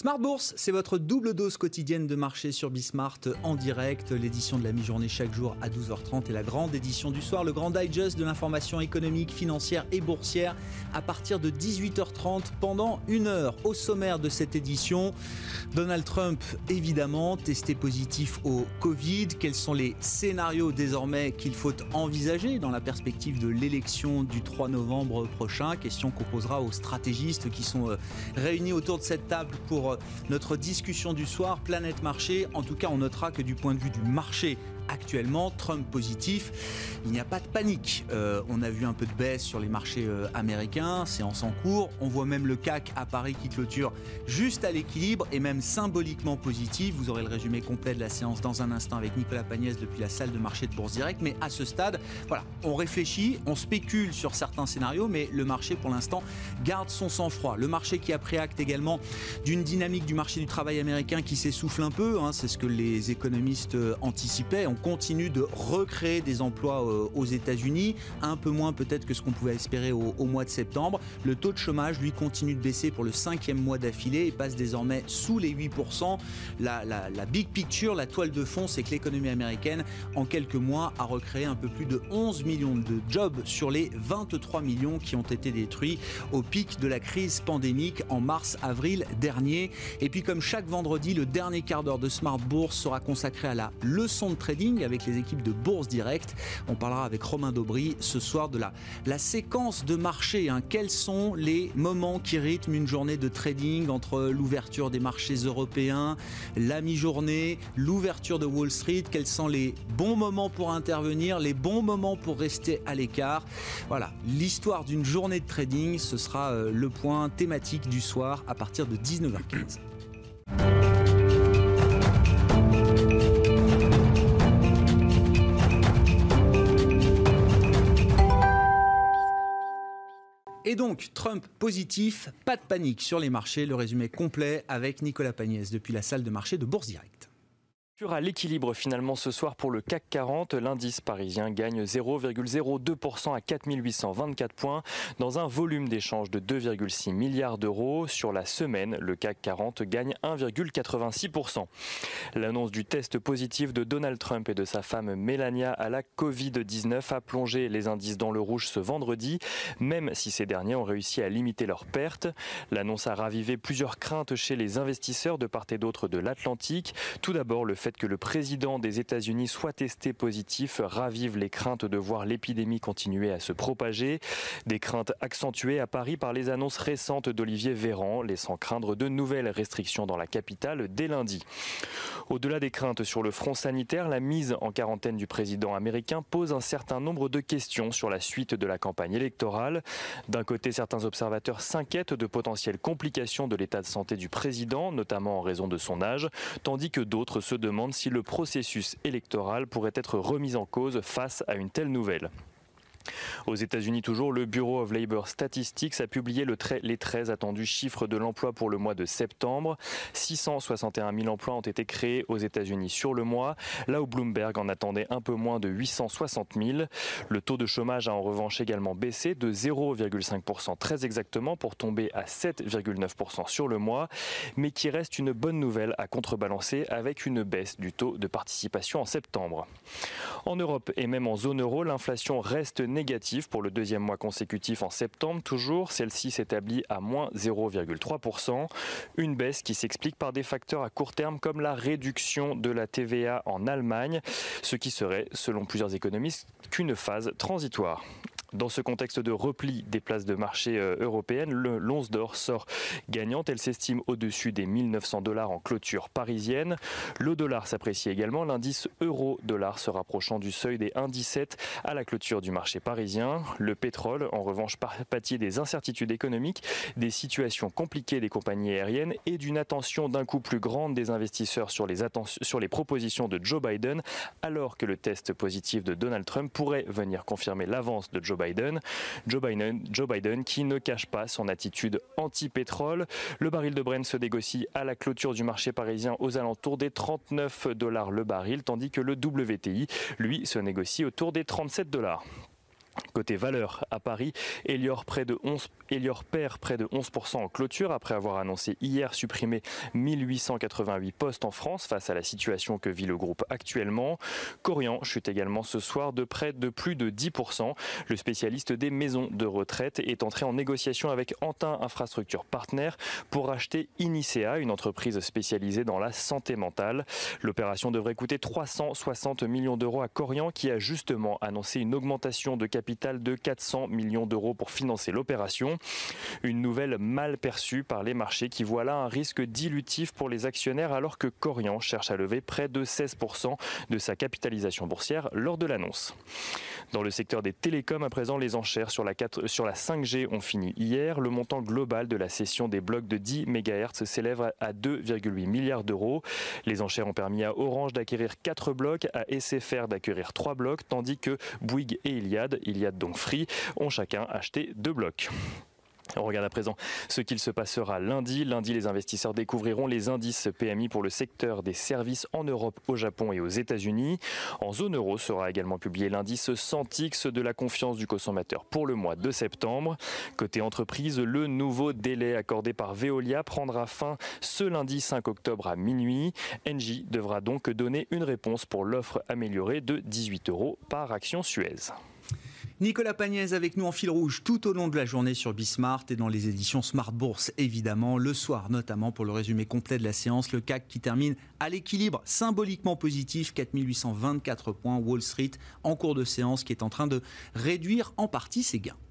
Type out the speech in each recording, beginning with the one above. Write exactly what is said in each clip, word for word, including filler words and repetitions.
Smart Bourse, c'est votre double dose quotidienne de marché sur Bismart en direct. L'édition de la mi-journée chaque jour à douze heures trente et la grande édition du soir, le grand digest de l'information économique, financière et boursière à partir de dix-huit heures trente pendant une heure. Au sommaire de cette édition, Donald Trump évidemment testé positif au Covid. Quels sont les scénarios désormais qu'il faut envisager dans la perspective de l'élection du trois novembre prochain? Question qu'on posera aux stratégistes qui sont réunis autour de cette table pour notre discussion du soir. Planète Marché, en tout cas on notera que du point de vue du marché actuellement, Trump positif, il n'y a pas de panique. Euh, on a vu un peu de baisse sur les marchés euh, américains, séance en cours. On voit même le C A C à Paris qui clôture juste à l'équilibre et même symboliquement positif. Vous aurez le résumé complet de la séance dans un instant avec Nicolas Pagnès depuis la salle de marché de Bourse Direct. Mais à ce stade, voilà, on réfléchit, on spécule sur certains scénarios, mais le marché pour l'instant garde son sang-froid. Le marché qui a pris acte également d'une dynamique du marché du travail américain qui s'essouffle un peu, hein, c'est ce que les économistes euh, anticipaient. On continue de recréer des emplois euh, aux États-Unis, un peu moins peut-être que ce qu'on pouvait espérer au, au mois de septembre. Le taux de chômage, lui, continue de baisser pour le cinquième mois d'affilée et passe désormais sous les huit pour cent. La, la, la big picture, la toile de fond, c'est que l'économie américaine, en quelques mois, a recréé un peu plus de onze millions de jobs sur les vingt-trois millions qui ont été détruits au pic de la crise pandémique en mars-avril dernier. Et puis, comme chaque vendredi, le dernier quart d'heure de Smart Bourse sera consacré à la leçon de trading avec les équipes de Bourse Direct. On parlera avec Romain Daubry ce soir de la, la séquence de marché. Hein. Quels sont les moments qui rythment une journée de trading entre l'ouverture des marchés européens, la mi-journée, l'ouverture de Wall Street? Quels sont les bons moments pour intervenir, les bons moments pour rester à l'écart? Voilà, l'histoire d'une journée de trading, ce sera euh, le point thématique du soir à partir de dix-neuf heures quinze. Et donc, Trump positif, pas de panique sur les marchés. Le résumé complet avec Nicolas Pagnès depuis la salle de marché de Bourse Direct. À l'équilibre finalement ce soir pour le C A C quarante, l'indice parisien gagne zéro virgule zéro deux pour cent à quatre mille huit cent vingt-quatre points dans un volume d'échange de deux virgule six milliards d'euros. Sur la semaine, le C A C quarante gagne un virgule quatre-vingt-six pour cent. L'annonce du test positif de Donald Trump et de sa femme Melania à la covid dix-neuf a plongé les indices dans le rouge ce vendredi, même si ces derniers ont réussi à limiter leurs pertes. L'annonce a ravivé plusieurs craintes chez les investisseurs de part et d'autre de l'Atlantique. Tout d'abord, le fait que le président des États-Unis soit testé positif ravive les craintes de voir l'épidémie continuer à se propager. Des craintes accentuées à Paris par les annonces récentes d'Olivier Véran, laissant craindre de nouvelles restrictions dans la capitale dès lundi. Au-delà des craintes sur le front sanitaire, la mise en quarantaine du président américain pose un certain nombre de questions sur la suite de la campagne électorale. D'un côté, certains observateurs s'inquiètent de potentielles complications de l'état de santé du président, notamment en raison de son âge, tandis que d'autres se demandent si le processus électoral pourrait être remis en cause face à une telle nouvelle. Aux États-Unis toujours, le Bureau of Labor Statistics a publié le tra- les treize attendus chiffres de l'emploi pour le mois de septembre. six cent soixante et un mille emplois ont été créés aux États-Unis sur le mois, là où Bloomberg en attendait un peu moins de huit cent soixante mille. Le taux de chômage a en revanche également baissé de zéro virgule cinq pour cent très exactement pour tomber à sept virgule neuf pour cent sur le mois, mais qui reste une bonne nouvelle à contrebalancer avec une baisse du taux de participation en septembre. En Europe et même en zone euro, l'inflation reste négative pour le deuxième mois consécutif en septembre. Toujours, celle-ci s'établit à moins zéro virgule trois pour cent. Une baisse qui s'explique par des facteurs à court terme comme la réduction de la T V A en Allemagne, ce qui serait, selon plusieurs économistes, qu'une phase transitoire. Dans ce contexte de repli des places de marché européennes, le l'once d'or sort gagnante. Elle s'estime au-dessus des mille neuf cents dollars en clôture parisienne. Le dollar s'apprécie également. L'indice euro-dollar se rapprochant du seuil des un virgule dix-sept à la clôture du marché parisien. Le pétrole, en revanche, pâtit des incertitudes économiques, des situations compliquées des compagnies aériennes et d'une attention d'un coup plus grande des investisseurs sur les, sur les propositions de Joe Biden, alors que le test positif de Donald Trump pourrait venir confirmer l'avance de Joe Biden. Biden. Joe Biden, Joe Biden qui ne cache pas son attitude anti-pétrole. Le baril de Brent se négocie à la clôture du marché parisien aux alentours des trente-neuf dollars le baril, tandis que le W T I, lui, se négocie autour des trente-sept dollars. Côté valeur, à Paris, Elior, près de onze, Elior perd près de onze pour cent en clôture après avoir annoncé hier supprimer mille huit cent quatre-vingt-huit postes en France face à la situation que vit le groupe actuellement. Korian chute également ce soir de près de plus de dix pour cent. Le spécialiste des maisons de retraite est entré en négociation avec Antin Infrastructure Partner pour acheter Inicea, une entreprise spécialisée dans la santé mentale. L'opération devrait coûter trois cent soixante millions d'euros à Korian qui a justement annoncé une augmentation de capital de quatre cents millions d'euros pour financer l'opération. Une nouvelle mal perçue par les marchés qui voient là un risque dilutif pour les actionnaires alors que Korian cherche à lever près de seize pour cent de sa capitalisation boursière lors de l'annonce. Dans le secteur des télécoms, à présent, les enchères sur la, quatre, sur la cinq G ont fini hier. Le montant global de la cession des blocs de dix mégahertz s'élève à deux virgule huit milliards d'euros. Les enchères ont permis à Orange d'acquérir quatre blocs, à S F R d'acquérir trois blocs, tandis que Bouygues et Iliad, Iliad donc Free, ont chacun acheté deux blocs. On regarde à présent ce qu'il se passera lundi. Lundi, les investisseurs découvriront les indices P M I pour le secteur des services en Europe, au Japon et aux États-Unis. En zone euro sera également publié l'indice Sentix de la confiance du consommateur pour le mois de septembre. Côté entreprise, le nouveau délai accordé par Veolia prendra fin ce lundi cinq octobre à minuit. Engie devra donc donner une réponse pour l'offre améliorée de dix-huit euros par action Suez. Nicolas Pagnès avec nous en fil rouge tout au long de la journée sur Bismart et dans les éditions Smart Bourse évidemment, le soir notamment pour le résumé complet de la séance, le C A C qui termine à l'équilibre symboliquement positif, quatre mille huit cent vingt-quatre points, Wall Street en cours de séance qui est en train de réduire en partie ses gains.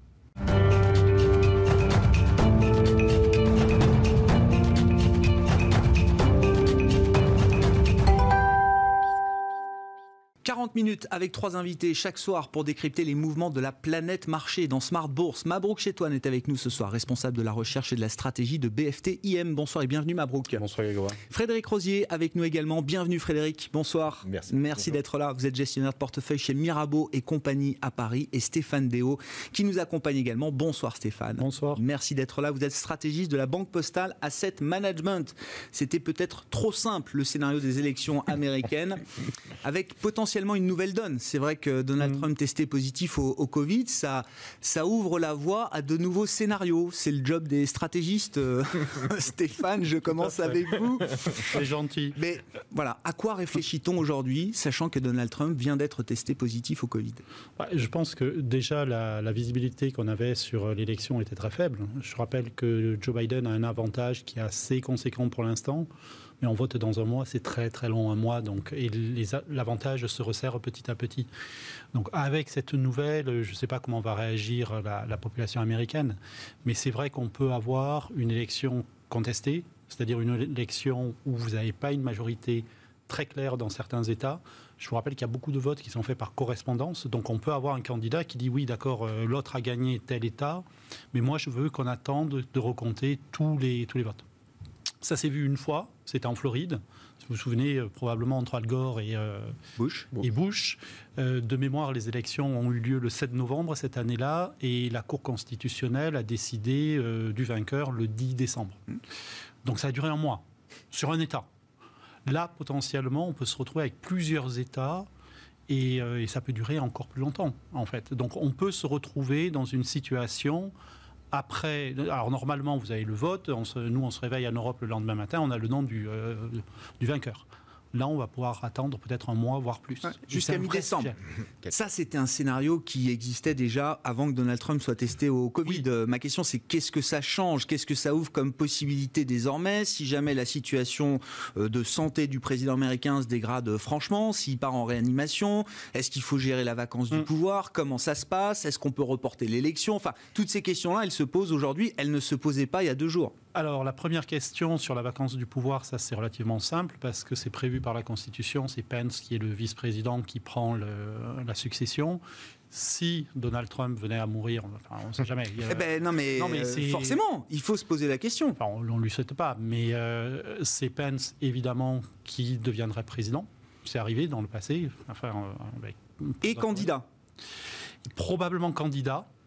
quarante minutes avec trois invités chaque soir pour décrypter les mouvements de la planète marché dans Smart Bourse. Mabrouk Chetouane est avec nous ce soir, responsable de la recherche et de la stratégie de B F T I M. Bonsoir et bienvenue Mabrouk. Bonsoir Grégoire. Frédéric Rosier avec nous également. Bienvenue Frédéric. Bonsoir. Merci. Merci d'être là. Vous êtes gestionnaire de portefeuille chez Mirabeau et compagnie à Paris. Et Stéphane Déo qui nous accompagne également. Bonsoir Stéphane. Bonsoir. Merci d'être là. Vous êtes stratégiste de la Banque Postale Asset Management. C'était peut-être trop simple le scénario des élections américaines avec potentiellement une nouvelle donne. C'est vrai que Donald mmh. Trump testé positif au, au Covid, ça, ça ouvre la voie à de nouveaux scénarios. C'est le job des stratégistes. Stéphane, je commence avec vous. C'est gentil. Mais voilà, à quoi réfléchit-on aujourd'hui, sachant que Donald Trump vient d'être testé positif au Covid ? Je pense que déjà la, la visibilité qu'on avait sur l'élection était très faible. Je rappelle que Joe Biden a un avantage qui est assez conséquent pour l'instant. Mais on vote dans un mois, c'est très très long, un mois, donc, et les, l'avantage se resserre petit à petit. Donc avec cette nouvelle, je ne sais pas comment va réagir la, la population américaine, mais c'est vrai qu'on peut avoir une élection contestée, c'est-à-dire une élection où vous n'avez pas une majorité très claire dans certains États. Je vous rappelle qu'il y a beaucoup de votes qui sont faits par correspondance, donc on peut avoir un candidat qui dit oui, d'accord, euh, l'autre a gagné tel État, mais moi je veux qu'on attende de recompter tous les, tous les votes. Ça s'est vu une fois, c'était en Floride. Vous vous souvenez, euh, probablement entre Al Gore et euh, Bush. Et Bush. Euh, de mémoire, les élections ont eu lieu le sept novembre cette année-là et la Cour constitutionnelle a décidé euh, du vainqueur le dix décembre. Mmh. Donc ça a duré un mois, sur un État. Là, potentiellement, on peut se retrouver avec plusieurs États et, euh, et ça peut durer encore plus longtemps, en fait. Donc on peut se retrouver dans une situation... Après, alors normalement, vous avez le vote. On se, nous, on se réveille en Europe le lendemain matin. On a le nom du, euh, du vainqueur. Là, on va pouvoir attendre peut-être un mois, voire plus. Ouais, jusqu'à mi-décembre. Ça, c'était un scénario qui existait déjà avant que Donald Trump soit testé au Covid. Oui. Euh, ma question, c'est qu'est-ce que ça change ? Qu'est-ce que ça ouvre comme possibilité désormais ? Si jamais la situation euh, de santé du président américain se dégrade franchement, s'il part en réanimation, est-ce qu'il faut gérer la vacance du mmh. pouvoir ? Comment ça se passe ? Est-ce qu'on peut reporter l'élection ? Enfin, toutes ces questions-là, elles se posent aujourd'hui. Elles ne se posaient pas il y a deux jours. Alors, la première question sur la vacance du pouvoir, ça c'est relativement simple parce que c'est prévu par la Constitution. C'est Pence qui est le vice-président qui prend le, la succession. Si Donald Trump venait à mourir, enfin, on ne sait jamais. Euh, eh ben, non, mais, non, mais euh, forcément, il faut se poser la question. Enfin, on ne lui souhaite pas, mais euh, c'est Pence, évidemment, qui deviendrait président. C'est arrivé dans le passé. Enfin, euh, avec, Et candidat Probablement candidat.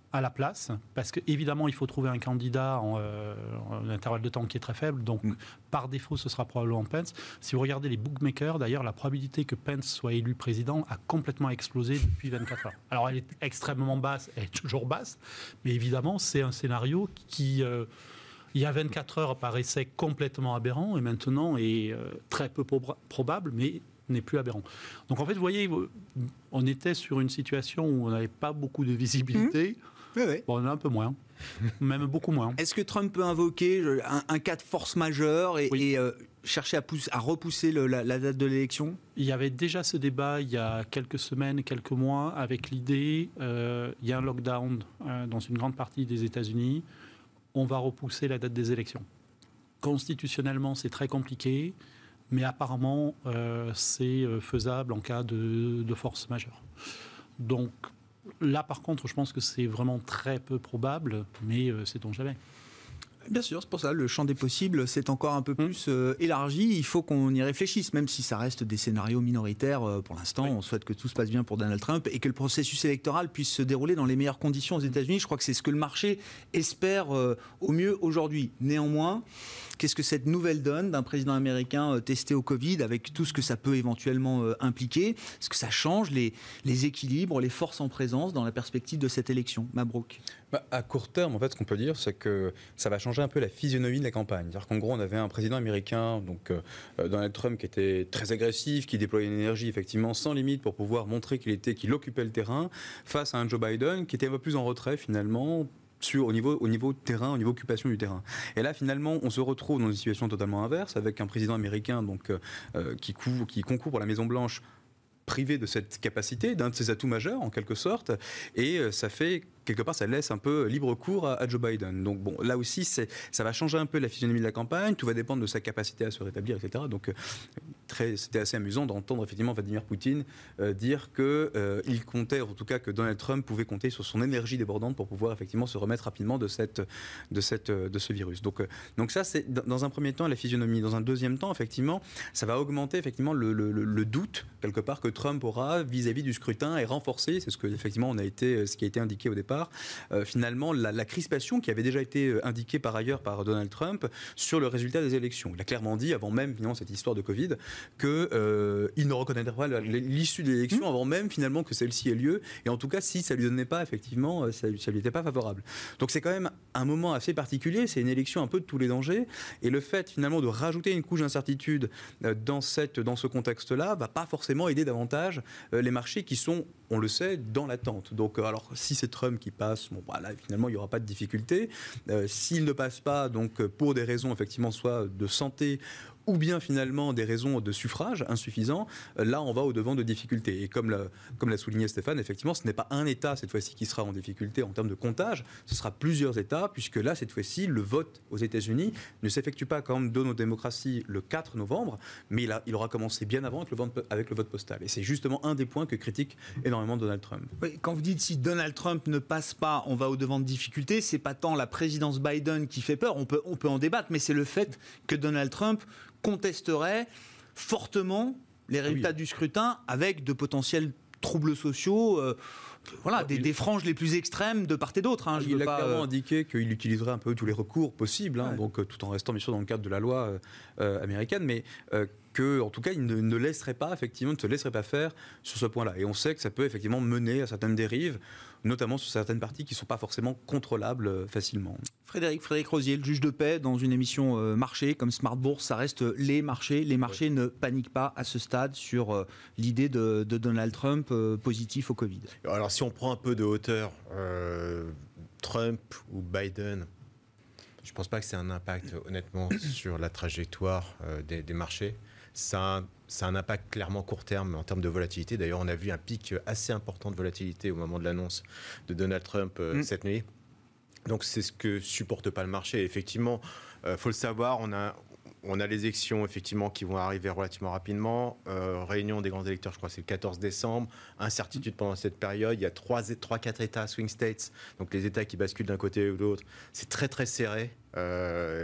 à la place, parce qu'évidemment, il faut trouver un candidat en, euh, en intervalle de temps qui est très faible, donc mm. par défaut, ce sera probablement Pence. Si vous regardez les bookmakers, d'ailleurs, la probabilité que Pence soit élu président a complètement explosé depuis vingt-quatre heures. Alors, elle est extrêmement basse, elle est toujours basse, mais évidemment, c'est un scénario qui, euh, il y a vingt-quatre heures, paraissait complètement aberrant, et maintenant est euh, très peu pro- probable, mais n'est plus aberrant. Donc, en fait, vous voyez, on était sur une situation où on n'avait pas beaucoup de visibilité. Mmh. Oui, oui. Bon, on en a un peu moins, même beaucoup moins. Est-ce que Trump peut invoquer un, un cas de force majeure et, oui. et euh, chercher à, pousse, à repousser le, la, la date de l'élection ? Il y avait déjà ce débat il y a quelques semaines, quelques mois, avec l'idée, euh, il y a un lockdown euh, dans une grande partie des États-Unis, on va repousser la date des élections. Constitutionnellement, c'est très compliqué, mais apparemment, euh, c'est faisable en cas de, de force majeure. Donc, là, par contre, je pense que c'est vraiment très peu probable, mais euh, sait-on jamais. Bien sûr, c'est pour ça, le champ des possibles s'est encore un peu plus euh, élargi. Il faut qu'on y réfléchisse, même si ça reste des scénarios minoritaires euh, pour l'instant. Oui. On souhaite que tout se passe bien pour Donald Trump et que le processus électoral puisse se dérouler dans les meilleures conditions aux États-Unis. Je crois que c'est ce que le marché espère euh, au mieux aujourd'hui. Néanmoins, qu'est-ce que cette nouvelle donne d'un président américain euh, testé au Covid, avec tout ce que ça peut éventuellement euh, impliquer ? Est-ce que ça change les, les équilibres, les forces en présence dans la perspective de cette élection ? Mabrouk. Bah, à court terme, en fait, ce qu'on peut dire, c'est que ça va changer un peu la physionomie de la campagne. C'est-à-dire qu'en gros, on avait un président américain, donc euh, Donald Trump, qui était très agressif, qui déployait une énergie effectivement sans limite pour pouvoir montrer qu'il était, qu'il occupait le terrain, face à un Joe Biden qui était un peu plus en retrait finalement. Sur, au, niveau, au niveau terrain, au niveau occupation du terrain. Et là, finalement, on se retrouve dans une situation totalement inverse, avec un président américain donc, euh, qui, couvre, qui concourt pour la Maison-Blanche, privé de cette capacité, d'un de ses atouts majeurs, en quelque sorte, et euh, ça fait... quelque part, ça laisse un peu libre cours à, à Joe Biden. Donc bon, là aussi, c'est, ça va changer un peu la physionomie de la campagne, tout va dépendre de sa capacité à se rétablir, et cetera. Donc très, c'était assez amusant d'entendre effectivement Vladimir Poutine euh, dire qu'il euh, comptait, en tout cas que Donald Trump pouvait compter sur son énergie débordante pour pouvoir effectivement se remettre rapidement de, cette, de, cette, de ce virus. Donc, euh, donc ça, c'est dans un premier temps la physionomie. Dans un deuxième temps, effectivement, ça va augmenter effectivement le, le, le doute, quelque part, que Trump aura vis-à-vis du scrutin et renforcer, c'est ce que effectivement on a été, ce qui a été indiqué au départ, Euh, finalement la, la crispation qui avait déjà été indiquée par ailleurs par Donald Trump sur le résultat des élections. Il a clairement dit, avant même finalement cette histoire de Covid, qu'il euh, ne reconnaîtrait pas l'issue de l'élection mmh. avant même finalement que celle-ci ait lieu, et en tout cas si ça ne lui donnait pas effectivement, ça ne lui était pas favorable. Donc c'est quand même un moment assez particulier, c'est une élection un peu de tous les dangers, et le fait finalement de rajouter une couche d'incertitude dans, cette, dans ce contexte-là va pas forcément aider davantage les marchés qui sont, on le sait, dans l'attente. Donc alors si c'est Trump qui passe, bon, voilà, finalement, il n'y aura pas de difficulté. Euh, s'il ne passe pas, donc, pour des raisons, effectivement, soit de santé ou bien finalement des raisons de suffrage insuffisants, là on va au-devant de difficultés. Et comme l'a, comme l'a souligné Stéphane, effectivement, ce n'est pas un État cette fois-ci qui sera en difficulté en termes de comptage, ce sera plusieurs États, puisque là, cette fois-ci, le vote aux États-Unis ne s'effectue pas comme dans nos démocraties le quatre novembre, mais il, a, il aura commencé bien avant avec le, vote, avec le vote postal. Et c'est justement un des points que critique énormément Donald Trump. Oui, quand vous dites si Donald Trump ne passe pas, on va au-devant de difficultés, c'est pas tant la présidence Biden qui fait peur, on peut, on peut en débattre, mais c'est le fait que Donald Trump contesterait fortement les résultats ah oui. du scrutin avec de potentiels troubles sociaux, euh, voilà, des, des franges les plus extrêmes de part et d'autre. Hein, je il veux a pas, clairement euh... indiqué qu'il utiliserait un peu tous les recours possibles, hein, ouais. donc euh, tout en restant bien sûr dans le cadre de la loi euh, américaine, mais euh, que, en tout cas, il ne, ne laisserait pas, effectivement, ne se laisserait pas faire sur ce point-là. Et on sait que ça peut effectivement mener à certaines dérives, notamment sur certaines parties qui ne sont pas forcément contrôlables euh, facilement. Frédéric, Frédéric Rosier, le juge de paix, dans une émission euh, marché comme Smart Bourse, ça reste les marchés. Les marchés ouais. ne paniquent pas à ce stade sur euh, l'idée de, de Donald Trump euh, positif au Covid. Alors, si on prend un peu de hauteur, euh, Trump ou Biden, je ne pense pas que c'est un impact, honnêtement, sur la trajectoire euh, des, des marchés. Ça, ça a un impact clairement court terme en termes de volatilité. D'ailleurs, on a vu un pic assez important de volatilité au moment de l'annonce de Donald Trump euh, mmh. cette nuit. Donc, c'est ce que supporte pas le marché. Effectivement, il euh, faut le savoir, on a, on a les élections effectivement, qui vont arriver relativement rapidement. Euh, réunion des grands électeurs, je crois que c'est le quatorze décembre. Incertitude pendant cette période. Il y a trois quatre États swing states, donc les États qui basculent d'un côté ou de l'autre. C'est très, très serré. Euh,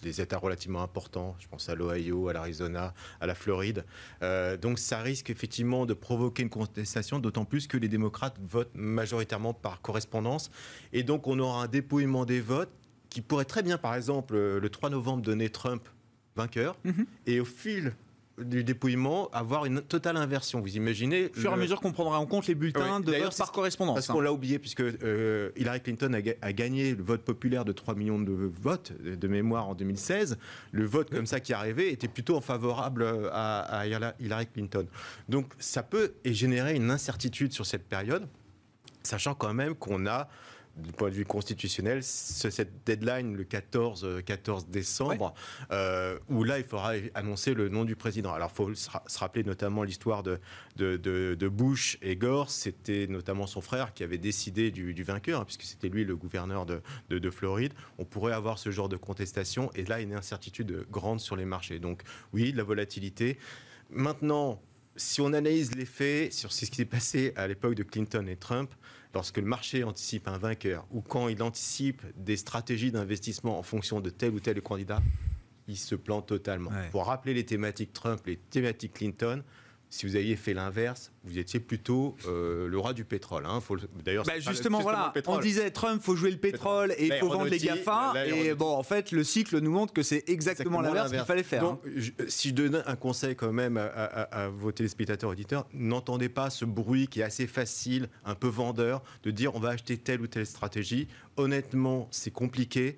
des États relativement importants. Je pense à l'Ohio, à l'Arizona, à la Floride. Euh, donc ça risque effectivement de provoquer une contestation, d'autant plus que les démocrates votent majoritairement par correspondance. Et donc on aura un dépouillement des votes qui pourrait très bien, par exemple, le trois novembre, donner Trump vainqueur. Mm-hmm. Et au fil du dépouillement, avoir une totale inversion. Vous imaginez... Au fur et à mesure qu'on prendra en compte les bulletins oui, de vote par correspondance. Parce hein. qu'on l'a oublié, puisque euh, Hillary Clinton a, ga- a gagné le vote populaire de trois millions de votes de mémoire en deux mille seize. Le vote comme ça qui arrivait était plutôt favorable à, à Hillary Clinton. Donc ça peut générer une incertitude sur cette période, sachant quand même qu'on a, du point de vue constitutionnel, cette deadline le quatorze décembre, ouais. euh, où là, il faudra annoncer le nom du président. Alors, il faut se rappeler notamment l'histoire de, de, de, de Bush et Gore. C'était notamment son frère qui avait décidé du, du vainqueur, hein, puisque c'était lui le gouverneur de, de, de Floride. On pourrait avoir ce genre de contestation, et là, une incertitude grande sur les marchés. Donc, oui, de la volatilité. Maintenant, si on analyse les faits sur ce qui s'est passé à l'époque de Clinton et Trump, lorsque le marché anticipe un vainqueur ou quand il anticipe des stratégies d'investissement en fonction de tel ou tel candidat, il se plante totalement. Ouais. Pour rappeler les thématiques Trump, les thématiques Clinton, si vous aviez fait l'inverse, vous étiez plutôt euh, le roi du pétrole. Hein. Faut, d'ailleurs, bah justement, voilà, on disait Trump, faut jouer le pétrole, pétrole. et il faut vendre les GAFA. Et bon, en fait, le cycle nous montre que c'est exactement, exactement l'inverse, l'inverse qu'il fallait faire. Donc, hein. je, si je donne un conseil quand même à, à, à vos téléspectateurs auditeurs, n'entendez pas ce bruit qui est assez facile, un peu vendeur, de dire on va acheter telle ou telle stratégie. Honnêtement, c'est compliqué.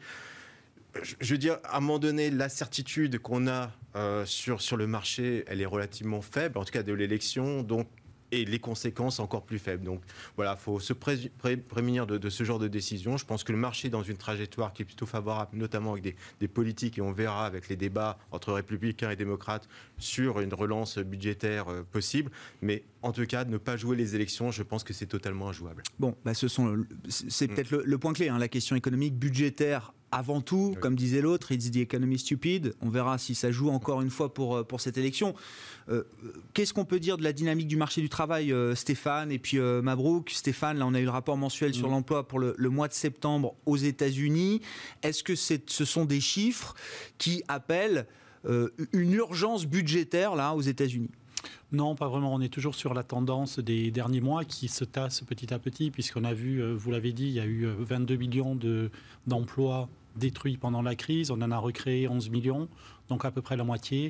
Je veux dire, à un moment donné, la certitude qu'on a euh, sur, sur le marché, elle est relativement faible, en tout cas de l'élection, donc, et les conséquences encore plus faibles. Donc voilà, il faut se pré- pré- prémunir de, de ce genre de décision. Je pense que le marché est dans une trajectoire qui est plutôt favorable, notamment avec des, des politiques, et on verra avec les débats entre républicains et démocrates sur une relance budgétaire euh, possible. Mais en tout cas, ne pas jouer les élections, je pense que c'est totalement injouable. Bon, bah ce sont, c'est peut-être mmh. le, le point clé, hein, la question économique, budgétaire. Avant tout, oui. Comme disait l'autre, it's the economy stupid. On verra si ça joue encore une fois pour, pour cette élection. Euh, qu'est-ce qu'on peut dire de la dynamique du marché du travail, euh, Stéphane, et puis euh, Mabrouk. Stéphane, là on a eu le rapport mensuel mmh. sur l'emploi pour le, le mois de septembre aux États-Unis. Est-ce que c'est, ce sont des chiffres qui appellent euh, une urgence budgétaire là aux États-Unis ? Non, pas vraiment. On est toujours sur la tendance des derniers mois qui se tasse petit à petit, puisqu'on a vu, vous l'avez dit, il y a eu vingt-deux millions de, d'emplois détruits pendant la crise. On en a recréé onze millions, donc à peu près la moitié.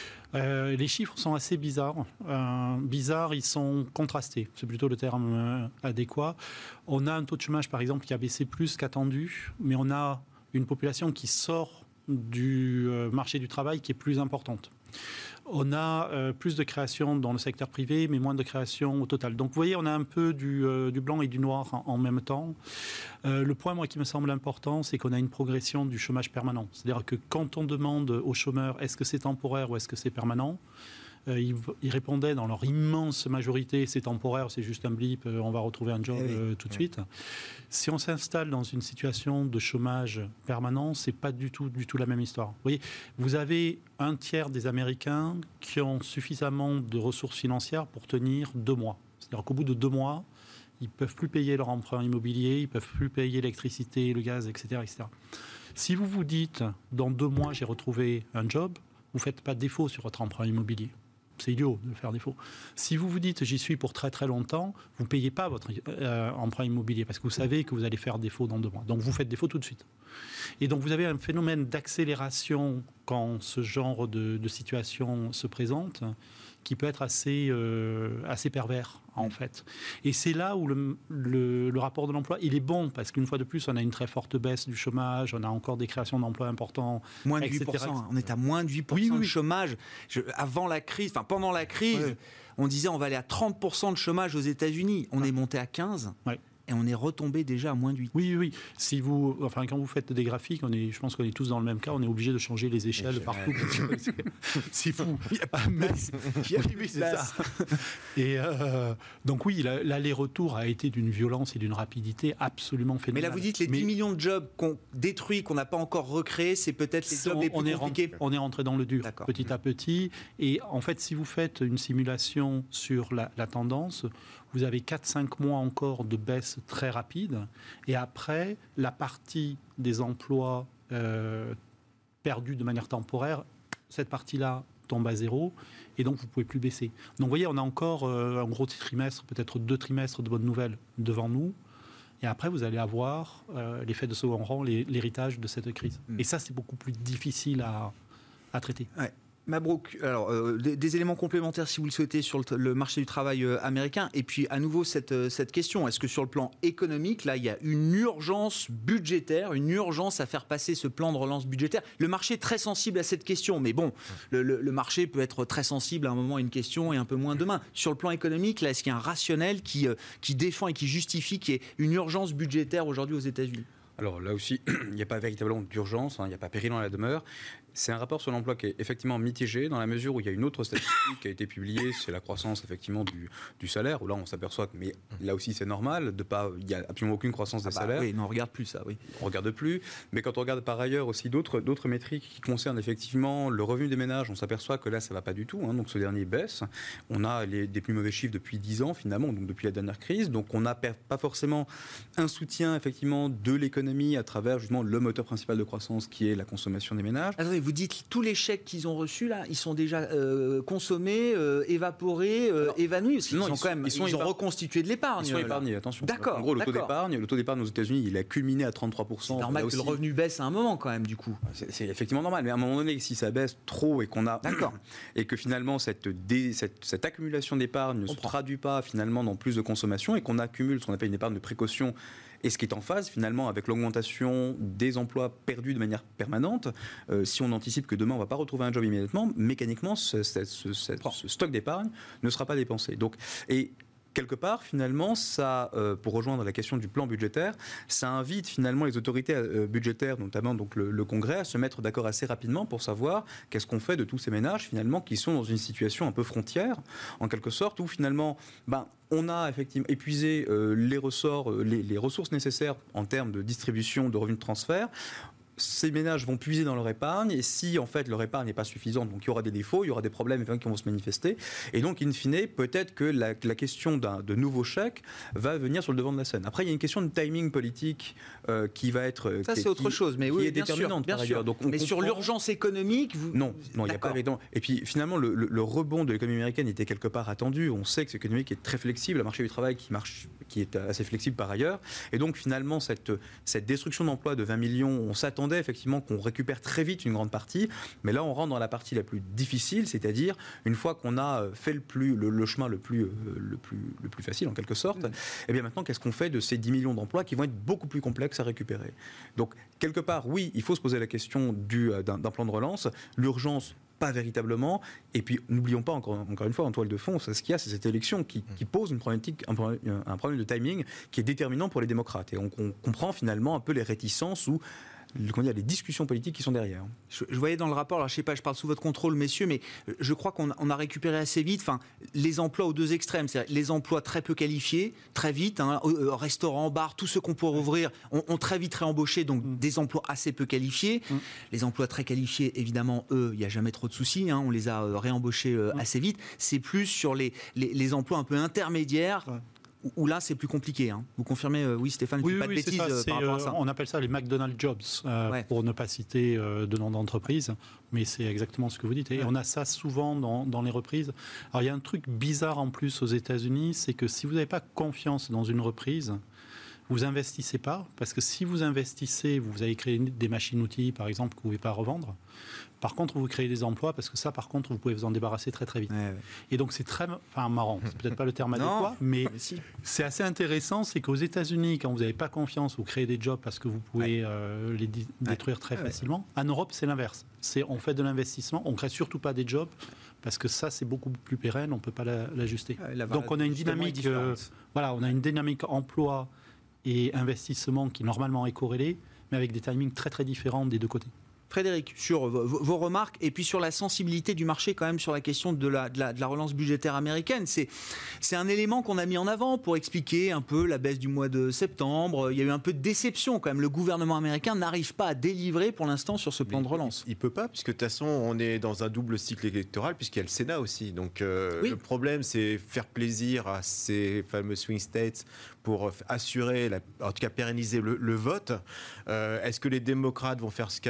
Euh, les chiffres sont assez bizarres. Euh, bizarres, ils sont contrastés. C'est plutôt le terme euh, adéquat. On a un taux de chômage, par exemple, qui a baissé plus qu'attendu, mais on a une population qui sort du euh, marché du travail qui est plus importante. On a euh, plus de création dans le secteur privé, mais moins de création au total. Donc, vous voyez, on a un peu du, euh, du blanc et du noir en, en même temps. Euh, le point, moi, qui me semble important, c'est qu'on a une progression du chômage permanent. C'est-à-dire que quand on demande aux chômeurs, est-ce que c'est temporaire ou est-ce que c'est permanent ? Euh, ils, ils répondaient dans leur immense majorité, c'est temporaire, c'est juste un blip, euh, on va retrouver un job euh, tout de oui. suite. Si on s'installe dans une situation de chômage permanent, c'est pas du tout, du tout la même histoire. Vous voyez, vous avez un tiers des Américains qui ont suffisamment de ressources financières pour tenir deux mois. C'est-à-dire qu'au bout de deux mois, ils ne peuvent plus payer leur emprunt immobilier, ils ne peuvent plus payer l'électricité, le gaz, et cetera, et cetera. Si vous vous dites, dans deux mois, j'ai retrouvé un job, vous ne faites pas défaut sur votre emprunt immobilier. C'est idiot de faire défaut. Si vous vous dites j'y suis pour très très longtemps, vous ne payez pas votre euh, emprunt immobilier parce que vous savez que vous allez faire défaut dans deux mois. Donc vous faites défaut tout de suite. Et donc vous avez un phénomène d'accélération quand ce genre de, de situation se présente qui peut être assez, euh, assez pervers en fait. Et c'est là où le, le, le rapport de l'emploi, il est bon parce qu'une fois de plus, on a une très forte baisse du chômage, on a encore des créations d'emplois importants. Moins de huit pour cent, hein. On est à moins de huit pour cent oui, oui. de chômage. Je, avant la crise, enfin pendant la crise, ouais. on disait on va aller à trente pour cent de chômage aux États-Unis. On ouais. est monté à quinze. Ouais. Et on est retombé déjà à moins de huit. Oui, oui. Si vous, enfin, quand vous faites des graphiques, on est, je pense qu'on est tous dans le même cas. On est obligé de changer les échelles Échelle. partout. C'est fou. Il n'y a pas de place. Oui, c'est ça. Et euh, donc oui, l'aller-retour a été d'une violence et d'une rapidité absolument phénoménale. Mais là, vous dites les dix Mais, millions de jobs qu'on détruit, qu'on n'a pas encore recréés, c'est peut-être les jobs les plus on compliqués. Est rentré, on est rentré dans le dur, D'accord. petit à petit. Et en fait, si vous faites une simulation sur la, la tendance, vous avez quatre à cinq mois encore de baisse très rapide. Et après, la partie des emplois euh, perdu de manière temporaire, cette partie-là tombe à zéro, et donc vous ne pouvez plus baisser. Donc vous voyez, on a encore euh, un gros trimestre, peut-être deux trimestres de bonnes nouvelles devant nous, et après vous allez avoir euh, l'effet de second rang, les, l'héritage de cette crise. Mmh. Et ça, c'est beaucoup plus difficile à, à traiter. Ouais. Mabrouk, alors euh, des, des éléments complémentaires si vous le souhaitez sur le, le marché du travail euh, américain, et puis à nouveau cette, euh, cette question, est-ce que sur le plan économique, là il y a une urgence budgétaire, une urgence à faire passer ce plan de relance budgétaire? Le marché est très sensible à cette question, mais bon, le, le, le marché peut être très sensible à un moment à une question et un peu moins demain. Sur le plan économique, là est-ce qu'il y a un rationnel qui, euh, qui défend et qui justifie qu'il y ait une urgence budgétaire aujourd'hui aux États-Unis? Alors là aussi, il n'y a pas véritablement d'urgence, hein, il n'y a pas péril dans la demeure. C'est un rapport sur l'emploi qui est effectivement mitigé dans la mesure où il y a une autre statistique qui a été publiée, c'est la croissance effectivement du, du salaire, où là on s'aperçoit que, mais là aussi c'est normal, de pas, il n'y a absolument aucune croissance des ah bah salaires. Oui, non, on ne regarde plus ça, oui. On ne regarde plus, mais quand on regarde par ailleurs aussi d'autres, d'autres métriques qui concernent effectivement le revenu des ménages, on s'aperçoit que là ça ne va pas du tout, hein, donc ce dernier baisse. On a les, des plus mauvais chiffres depuis dix ans finalement, donc depuis la dernière crise, donc on n'a pas forcément un soutien effectivement de l'économie à travers justement le moteur principal de croissance qui est la consommation des ménages. Attendez, vous dites tous les chèques qu'ils ont reçus là, ils sont déjà euh, consommés, euh, évaporés, euh, Alors, évanouis, parce qu'ils non, sont ils quand même, ils, sont ils ont reconstitué de l'épargne. Ils sont épargnés, attention. D'accord. En gros, le d'accord. taux d'épargne, le taux d'épargne aux États-Unis, il a culminé à trente-trois pour cent. C'est normal que aussi... le revenu baisse à un moment quand même, du coup. C'est, c'est effectivement normal, mais à un moment donné, si ça baisse trop et qu'on a, d'accord, et que finalement cette, dé, cette, cette accumulation d'épargne ne se traduit pas finalement dans plus de consommation et qu'on accumule ce qu'on appelle une épargne de précaution. Et ce qui est en phase finalement avec l'augmentation des emplois perdus de manière permanente, euh, si on anticipe que demain on ne va pas retrouver un job immédiatement, mécaniquement ce, ce, ce, ce, ce stock d'épargne ne sera pas dépensé. Donc, et quelque part, finalement, ça, euh, pour rejoindre la question du plan budgétaire, ça invite finalement les autorités euh, budgétaires, notamment donc le, le Congrès, à se mettre d'accord assez rapidement pour savoir qu'est-ce qu'on fait de tous ces ménages finalement qui sont dans une situation un peu frontière, en quelque sorte, où finalement, ben, on a effectivement épuisé euh, les ressorts, euh, les, les ressources nécessaires en termes de distribution de revenus de transfert. Ces ménages vont puiser dans leur épargne et si en fait leur épargne n'est pas suffisante, donc il y aura des défauts, il y aura des problèmes qui vont se manifester et donc in fine peut-être que la, la question d'un, de nouveaux chèques va venir sur le devant de la scène. Après il y a une question de timing politique euh, qui va être ça qui, c'est autre qui, chose, mais qui oui, est bien déterminante sûr, bien par sûr. ailleurs. Donc, mais sur comprend... l'urgence économique, vous... non, non, il n'y a pas évidemment. Et puis finalement le, le, le rebond de l'économie américaine était quelque part attendu. On sait que cette économie qui est très flexible, le marché du travail qui marche, qui est assez flexible par ailleurs, et donc finalement cette cette destruction d'emplois de vingt millions, on s'attendait effectivement qu'on récupère très vite une grande partie, mais là on rentre dans la partie la plus difficile, c'est-à-dire une fois qu'on a fait le, plus, le, le chemin le plus, le, plus, le plus facile en quelque sorte, mmh. et bien maintenant qu'est-ce qu'on fait de ces dix millions d'emplois qui vont être beaucoup plus complexes à récupérer? Donc quelque part oui, il faut se poser la question du, d'un, d'un plan de relance, l'urgence pas véritablement, et puis n'oublions pas encore, encore une fois en toile de fond, c'est ce qu'il y a, c'est cette élection qui, qui pose une problématique, un, un problème de timing qui est déterminant pour les démocrates, et on, on comprend finalement un peu les réticences ou dire, les discussions politiques qui sont derrière. Je, je voyais dans le rapport, alors je ne sais pas, je parle sous votre contrôle, messieurs, mais je crois qu'on on a récupéré assez vite enfin, les emplois aux deux extrêmes, c'est-à-dire les emplois très peu qualifiés, très vite, hein, restaurants, bars, tous ceux qu'on pourrait ouvrir, ont, ont très vite réembauché, donc mmh. des emplois assez peu qualifiés. Mmh. Les emplois très qualifiés, évidemment, eux, il n'y a jamais trop de soucis, hein, on les a réembauchés euh, mmh. assez vite. C'est plus sur les, les, les emplois un peu intermédiaires. Ouais. Où là, c'est plus compliqué. Hein. Vous confirmez, euh, oui, Stéphane, oui, oui, pas oui, de bêtises ça, euh, par rapport à ça. On appelle ça les McDonald's Jobs, euh, ouais. pour ne pas citer euh, de nom d'entreprise, mais c'est exactement ce que vous dites. Et ouais. on a ça souvent dans, dans les reprises. Alors, il y a un truc bizarre en plus aux États-Unis, c'est que si vous n'avez pas confiance dans une reprise, vous investissez pas, parce que si vous investissez, vous allez créer des machines-outils, par exemple, que vous ne pouvez pas revendre. Par contre, vous créez des emplois, parce que ça, par contre, vous pouvez vous en débarrasser très très vite. Ouais, ouais. Et donc, c'est très enfin, marrant. C'est peut-être pas le terme adéquat, mais, mais si. C'est assez intéressant. C'est qu'aux États-Unis, quand vous n'avez pas confiance, vous créez des jobs parce que vous pouvez ouais. euh, les di- détruire très ouais. facilement. En Europe, c'est l'inverse. C'est, on fait de l'investissement, on ne crée surtout pas des jobs, parce que ça, c'est beaucoup plus pérenne, on ne peut pas la, l'ajuster. Ouais, donc, on a une dynamique, euh, voilà, on a une dynamique emploi et investissement qui normalement est corrélée, mais avec des timings très très différents des deux côtés. Frédéric, sur vos, vos remarques et puis sur la sensibilité du marché quand même sur la question de la, de la, de la relance budgétaire américaine. C'est, c'est un élément qu'on a mis en avant pour expliquer un peu la baisse du mois de septembre. Il y a eu un peu de déception quand même. Le gouvernement américain n'arrive pas à délivrer pour l'instant sur ce plan Mais de relance. Il ne peut pas, puisque de toute façon, on est dans un double cycle électoral, puisqu'il y a le Sénat aussi. Donc euh, oui. le problème, c'est faire plaisir à ces fameux swing states pour assurer, la, en tout cas pérenniser le, le vote. Euh, est-ce que les démocrates vont faire ce cadeau ? Est-ce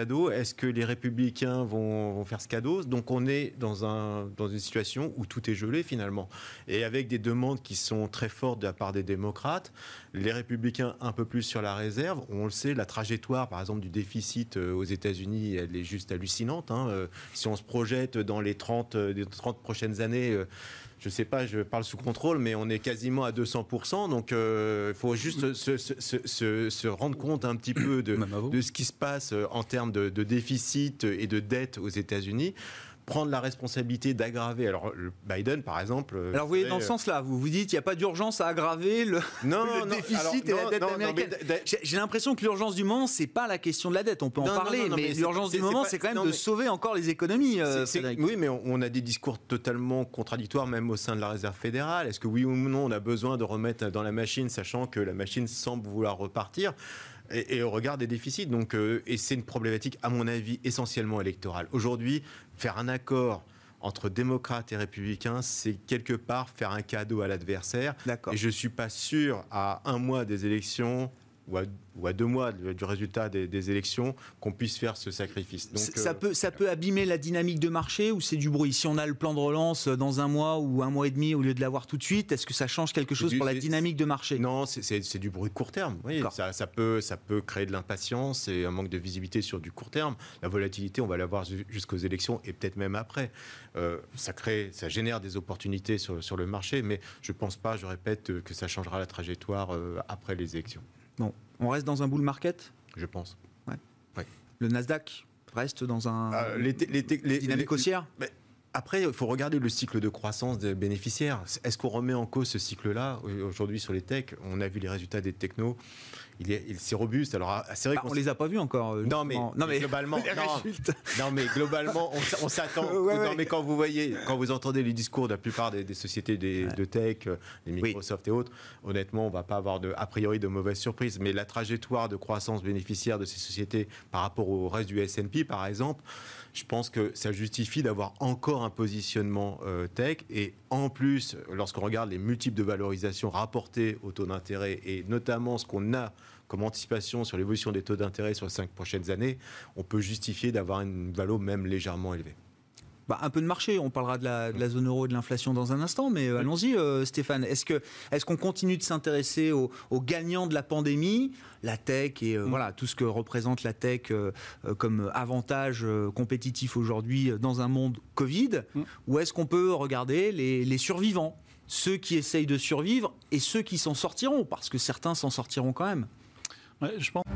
est-ce que les républicains vont, vont faire ce cadeau? Donc on est dans, un, dans une situation où tout est gelé finalement. Et avec des demandes qui sont très fortes de la part des démocrates, les républicains un peu plus sur la réserve. On le sait, la trajectoire par exemple du déficit aux États-Unis, elle est juste hallucinante. Hein. Si on se projette dans les trente, les trente prochaines années, je ne sais pas, je parle sous contrôle, mais on est quasiment à deux cents pour cent. Donc, il euh, faut juste se, se, se, se rendre compte un petit peu de, de ce qui se passe en termes de, de déficit et de dette aux États-Unis. Prendre la responsabilité d'aggraver. Alors, le Biden, par exemple... Alors, vous voyez, dans ce sens-là, vous vous dites qu'il n'y a pas d'urgence à aggraver le, non, le non, déficit alors, et non, la dette non, américaine. Non, mais, j'ai, j'ai l'impression que l'urgence du moment, c'est pas la question de la dette. On peut en non, parler, non, non, mais, mais l'urgence c'est, du c'est moment, pas, c'est quand même non, de mais, sauver encore les économies, euh, c'est, c'est, oui, mais on, on a des discours totalement contradictoires, même au sein de la Réserve fédérale. Est-ce que oui ou non, on a besoin de remettre dans la machine, sachant que la machine semble vouloir repartir et, et au regard des déficits. Donc, euh, et c'est une problématique, à mon avis, essentiellement électorale. Aujourd'hui, faire un accord entre démocrates et républicains, c'est quelque part faire un cadeau à l'adversaire. D'accord. Et je ne suis pas sûr, à un mois des élections, ou à, ou à deux mois du résultat des, des élections, qu'on puisse faire ce sacrifice. Donc, ça, euh, peut, ça peut abîmer la dynamique de marché ou c'est du bruit? Si on a le plan de relance dans un mois ou un mois et demi au lieu de l'avoir tout de suite, est-ce que ça change quelque chose du, pour la dynamique de marché? Non, c'est, c'est, c'est du bruit de court terme. Oui, ça, ça, peut, ça peut créer de l'impatience et un manque de visibilité sur du court terme. La volatilité, on va l'avoir jusqu'aux élections et peut-être même après. Euh, ça crée, ça génère des opportunités sur, sur le marché, mais je ne pense pas, je répète, que ça changera la trajectoire euh, après les élections. Bon, on reste dans un bull market? Je pense. Ouais. Ouais. Le Nasdaq reste dans un euh, les, les, les, dynamique haussière? Mais après, il faut regarder le cycle de croissance des bénéficiaires. Est-ce qu'on remet en cause ce cycle-là aujourd'hui sur les techs? On a vu les résultats des technos. Il est, il, c'est robuste. Alors, c'est vrai bah, qu'on on les a pas vus encore. Non mais, non, mais mais globalement, non, non mais globalement, on, on s'attend. ouais, non ouais. mais quand vous voyez, quand vous entendez les discours de la plupart des, des sociétés des, ouais. de tech, les Microsoft oui. et autres, honnêtement, on va pas avoir de, a priori de mauvaises surprises. Mais la trajectoire de croissance bénéficiaire de ces sociétés par rapport au reste du S and P, par exemple, je pense que ça justifie d'avoir encore un positionnement euh, tech. Et en plus, lorsqu'on regarde les multiples de valorisation rapportés au taux d'intérêt et notamment ce qu'on a comme anticipation sur l'évolution des taux d'intérêt sur les cinq prochaines années, on peut justifier d'avoir une valo même légèrement élevée. Bah, un peu de marché, on parlera de la, de la zone euro et de l'inflation dans un instant, mais euh, allons-y euh, Stéphane. Est-ce, que, est-ce qu'on continue de s'intéresser aux, aux gagnants de la pandémie, la tech et euh, mmh. voilà, tout ce que représente la tech euh, comme avantage euh, compétitif aujourd'hui dans un monde Covid, mmh. ou est-ce qu'on peut regarder les, les survivants, ceux qui essayent de survivre et ceux qui s'en sortiront, parce que certains s'en sortiront quand même? Ouais, je pense.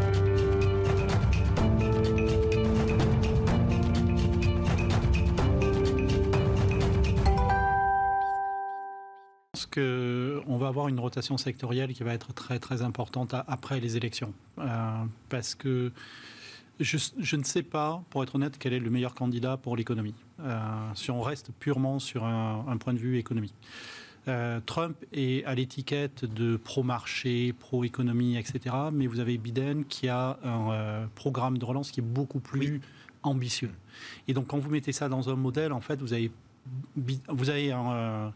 On va avoir une rotation sectorielle qui va être très très importante à, après les élections. Euh, parce que je, je ne sais pas, pour être honnête, quel est le meilleur candidat pour l'économie. Euh, si on reste purement sur un, un point de vue économique. Euh, Trump est à l'étiquette de pro-marché, pro-économie, et cetera. Mais vous avez Biden qui a un euh, programme de relance qui est beaucoup plus oui. ambitieux. Et donc quand vous mettez ça dans un modèle, en fait, vous avez, vous avez un... Euh,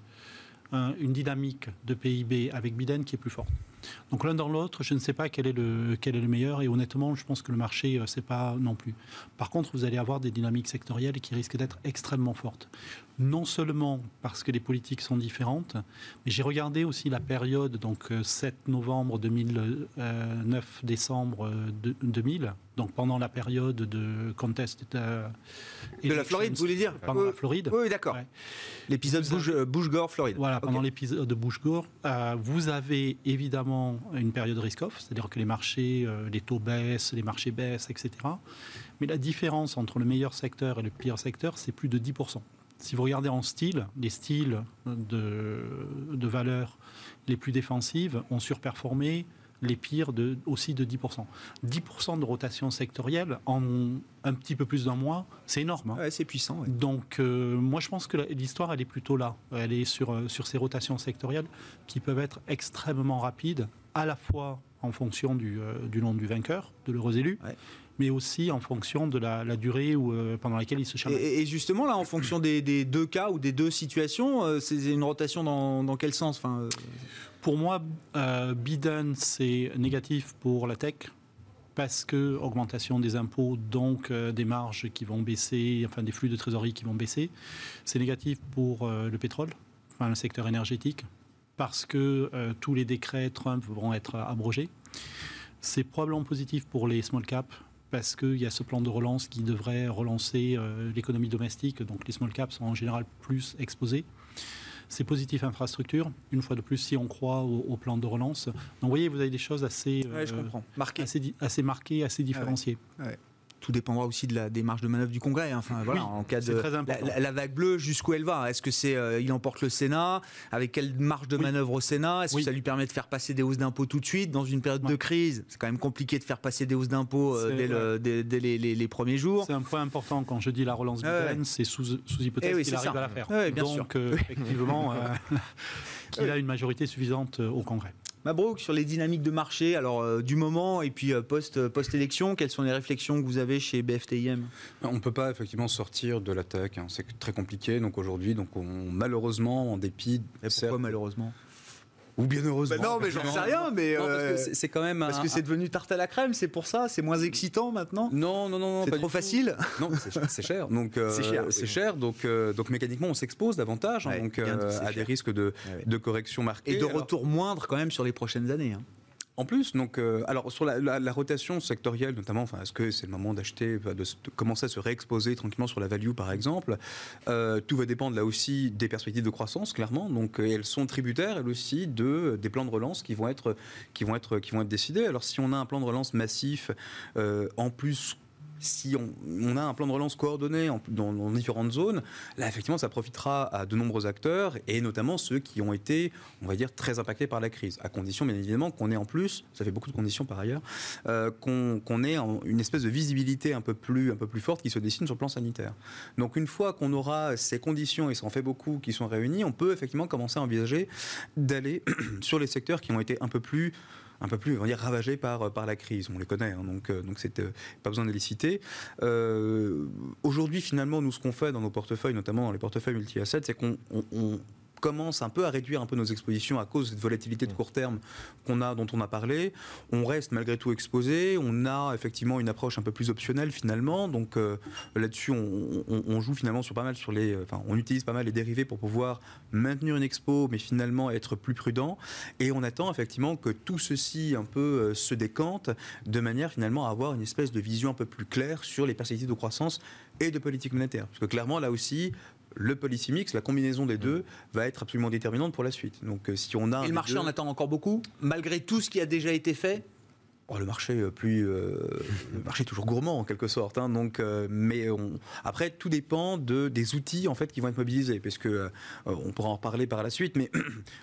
une dynamique de P I B avec Biden qui est plus forte. Donc l'un dans l'autre, je ne sais pas quel est le, quel est le meilleur et honnêtement, je pense que le marché, c'est pas non plus. Par contre, vous allez avoir des dynamiques sectorielles qui risquent d'être extrêmement fortes. Non seulement parce que les politiques sont différentes, mais j'ai regardé aussi la période, donc sept novembre deux mille neuf, décembre deux mille, donc pendant la période de contest euh, de la Floride, vous voulez dire? Pendant oui, la Floride. Oui, d'accord. Ouais. L'épisode Bush, Bush-Gore, Floride. Voilà, okay. pendant l'épisode de Bush-Gore, euh, vous avez évidemment une période risk-off, c'est-à-dire que les marchés, euh, les taux baissent, les marchés baissent, et cetera. Mais la différence entre le meilleur secteur et le pire secteur, c'est plus de dix pour cent. Si vous regardez en style, les styles de, de valeurs les plus défensives ont surperformé, les pires de, aussi de dix pour cent. dix pour cent de rotation sectorielle en un petit peu plus d'un mois, c'est énorme. Hein. Ouais, c'est puissant. Ouais. Donc, euh, moi, je pense que l'histoire, elle est plutôt là. Elle est sur, sur ces rotations sectorielles qui peuvent être extrêmement rapides, à la fois en fonction du, euh, du nom du vainqueur, de l'heureux élu, ouais. mais aussi en fonction de la, la durée où, euh, pendant laquelle il se chamaille. Et, et justement, là, en fonction des, des deux cas ou des deux situations, euh, c'est une rotation dans, dans quel sens? enfin, euh... Pour moi, euh, Biden, c'est négatif pour la tech, parce que augmentation des impôts, donc euh, des marges qui vont baisser, enfin des flux de trésorerie qui vont baisser. C'est négatif pour euh, le pétrole, enfin le secteur énergétique, parce que euh, tous les décrets Trump vont être abrogés. C'est probablement positif pour les small caps, parce qu'il y a ce plan de relance qui devrait relancer euh, l'économie domestique, donc les small caps sont en général plus exposés. C'est positif infrastructure, une fois de plus, si on croit au, au plan de relance. Donc vous voyez, vous avez des choses assez, ouais, je euh, comprends. Marquées. assez, assez marquées, assez différenciées. Ah ouais. Ouais. Tout dépendra aussi de la, des marges de manœuvre du Congrès. Hein. Enfin, voilà, oui, en cas de très important. La, la vague bleue, jusqu'où elle va? Est-ce que c'est euh, il emporte le Sénat? Avec quelle marge de oui. manœuvre au Sénat? Est-ce oui. que ça lui permet de faire passer des hausses d'impôts tout de suite dans une période ouais. de crise? C'est quand même compliqué de faire passer des hausses d'impôts euh, dès, le, dès, dès les, les, les premiers jours. C'est un point important quand je dis la relance Biden, ah ouais. c'est sous, sous hypothèse oui, qu'il arrive ça. à la faire. Ah ouais, bien Donc, sûr. Euh, effectivement, euh, qu'il oui. a une majorité suffisante au Congrès. Mabrouk, sur les dynamiques de marché, alors euh, du moment et puis euh, post, post-élection, quelles sont les réflexions que vous avez chez B F T I M? On ne peut pas effectivement sortir de la tech, hein. C'est très compliqué. Donc aujourd'hui, donc on, malheureusement, en dépit. Et pourquoi certes, malheureusement? Ou bien heureusement. Bah non, mais j'en sais rien, mais non, euh, parce que c'est quand même parce un, que c'est devenu tarte à la crème, c'est pour ça, c'est moins excitant maintenant. Non, non, non, c'est pas trop du facile. Tout. Non, c'est, c'est cher, donc euh, c'est cher, c'est oui. cher, donc euh, donc mécaniquement on s'expose davantage, hein, ouais, donc euh, à cher. des risques de ouais. de correction marquée et de retour alors, moindre quand même sur les prochaines années. Hein. En plus, donc, euh, alors sur la, la, la rotation sectorielle notamment, enfin, est-ce que c'est le moment d'acheter, de, de commencer à se réexposer tranquillement sur la value par exemple? euh, Tout va dépendre là aussi des perspectives de croissance, clairement. Donc, elles sont tributaires, elles aussi, de des plans de relance qui vont être, qui vont être, qui vont être décidés. Alors, si on a un plan de relance massif, euh, en plus. Si on, on a un plan de relance coordonné en, dans, dans différentes zones, là effectivement ça profitera à de nombreux acteurs et notamment ceux qui ont été, on va dire, très impactés par la crise, à condition bien évidemment qu'on ait en plus, ça fait beaucoup de conditions par ailleurs, euh, qu'on, qu'on ait en, une espèce de visibilité un peu plus, un peu plus forte qui se dessine sur le plan sanitaire. Donc une fois qu'on aura ces conditions, et ça en fait beaucoup, qui sont réunies, on peut effectivement commencer à envisager d'aller sur les secteurs qui ont été un peu plus un peu plus, on va dire, ravagés par, par la crise. On les connaît, hein, donc, donc c'est euh, pas besoin de les citer. Euh, aujourd'hui, finalement, nous, ce qu'on fait dans nos portefeuilles, notamment dans les portefeuilles multi-assets, c'est qu'on on, on commence un peu à réduire un peu nos expositions à cause de cette volatilité de court terme qu'on a, dont on a parlé. On reste malgré tout exposé. On a effectivement une approche un peu plus optionnelle finalement. Donc euh, là-dessus, on, on, on joue finalement sur pas mal sur les, enfin, on utilise pas mal les dérivés pour pouvoir maintenir une expo, mais finalement être plus prudent. Et on attend effectivement que tout ceci un peu euh, se décante de manière finalement à avoir une espèce de vision un peu plus claire sur les perspectives de croissance et de politique monétaire. Parce que clairement, là aussi, le policy mix, la combinaison des deux, va être absolument déterminante pour la suite. Donc, si on a et le marché deux... en attend encore beaucoup, malgré tout ce qui a déjà été fait. Oh, le marché plus, euh, le marché est toujours gourmand en quelque sorte. Hein, donc, euh, mais on... après, tout dépend de des outils en fait qui vont être mobilisés, parce que euh, on pourra en reparler par la suite, mais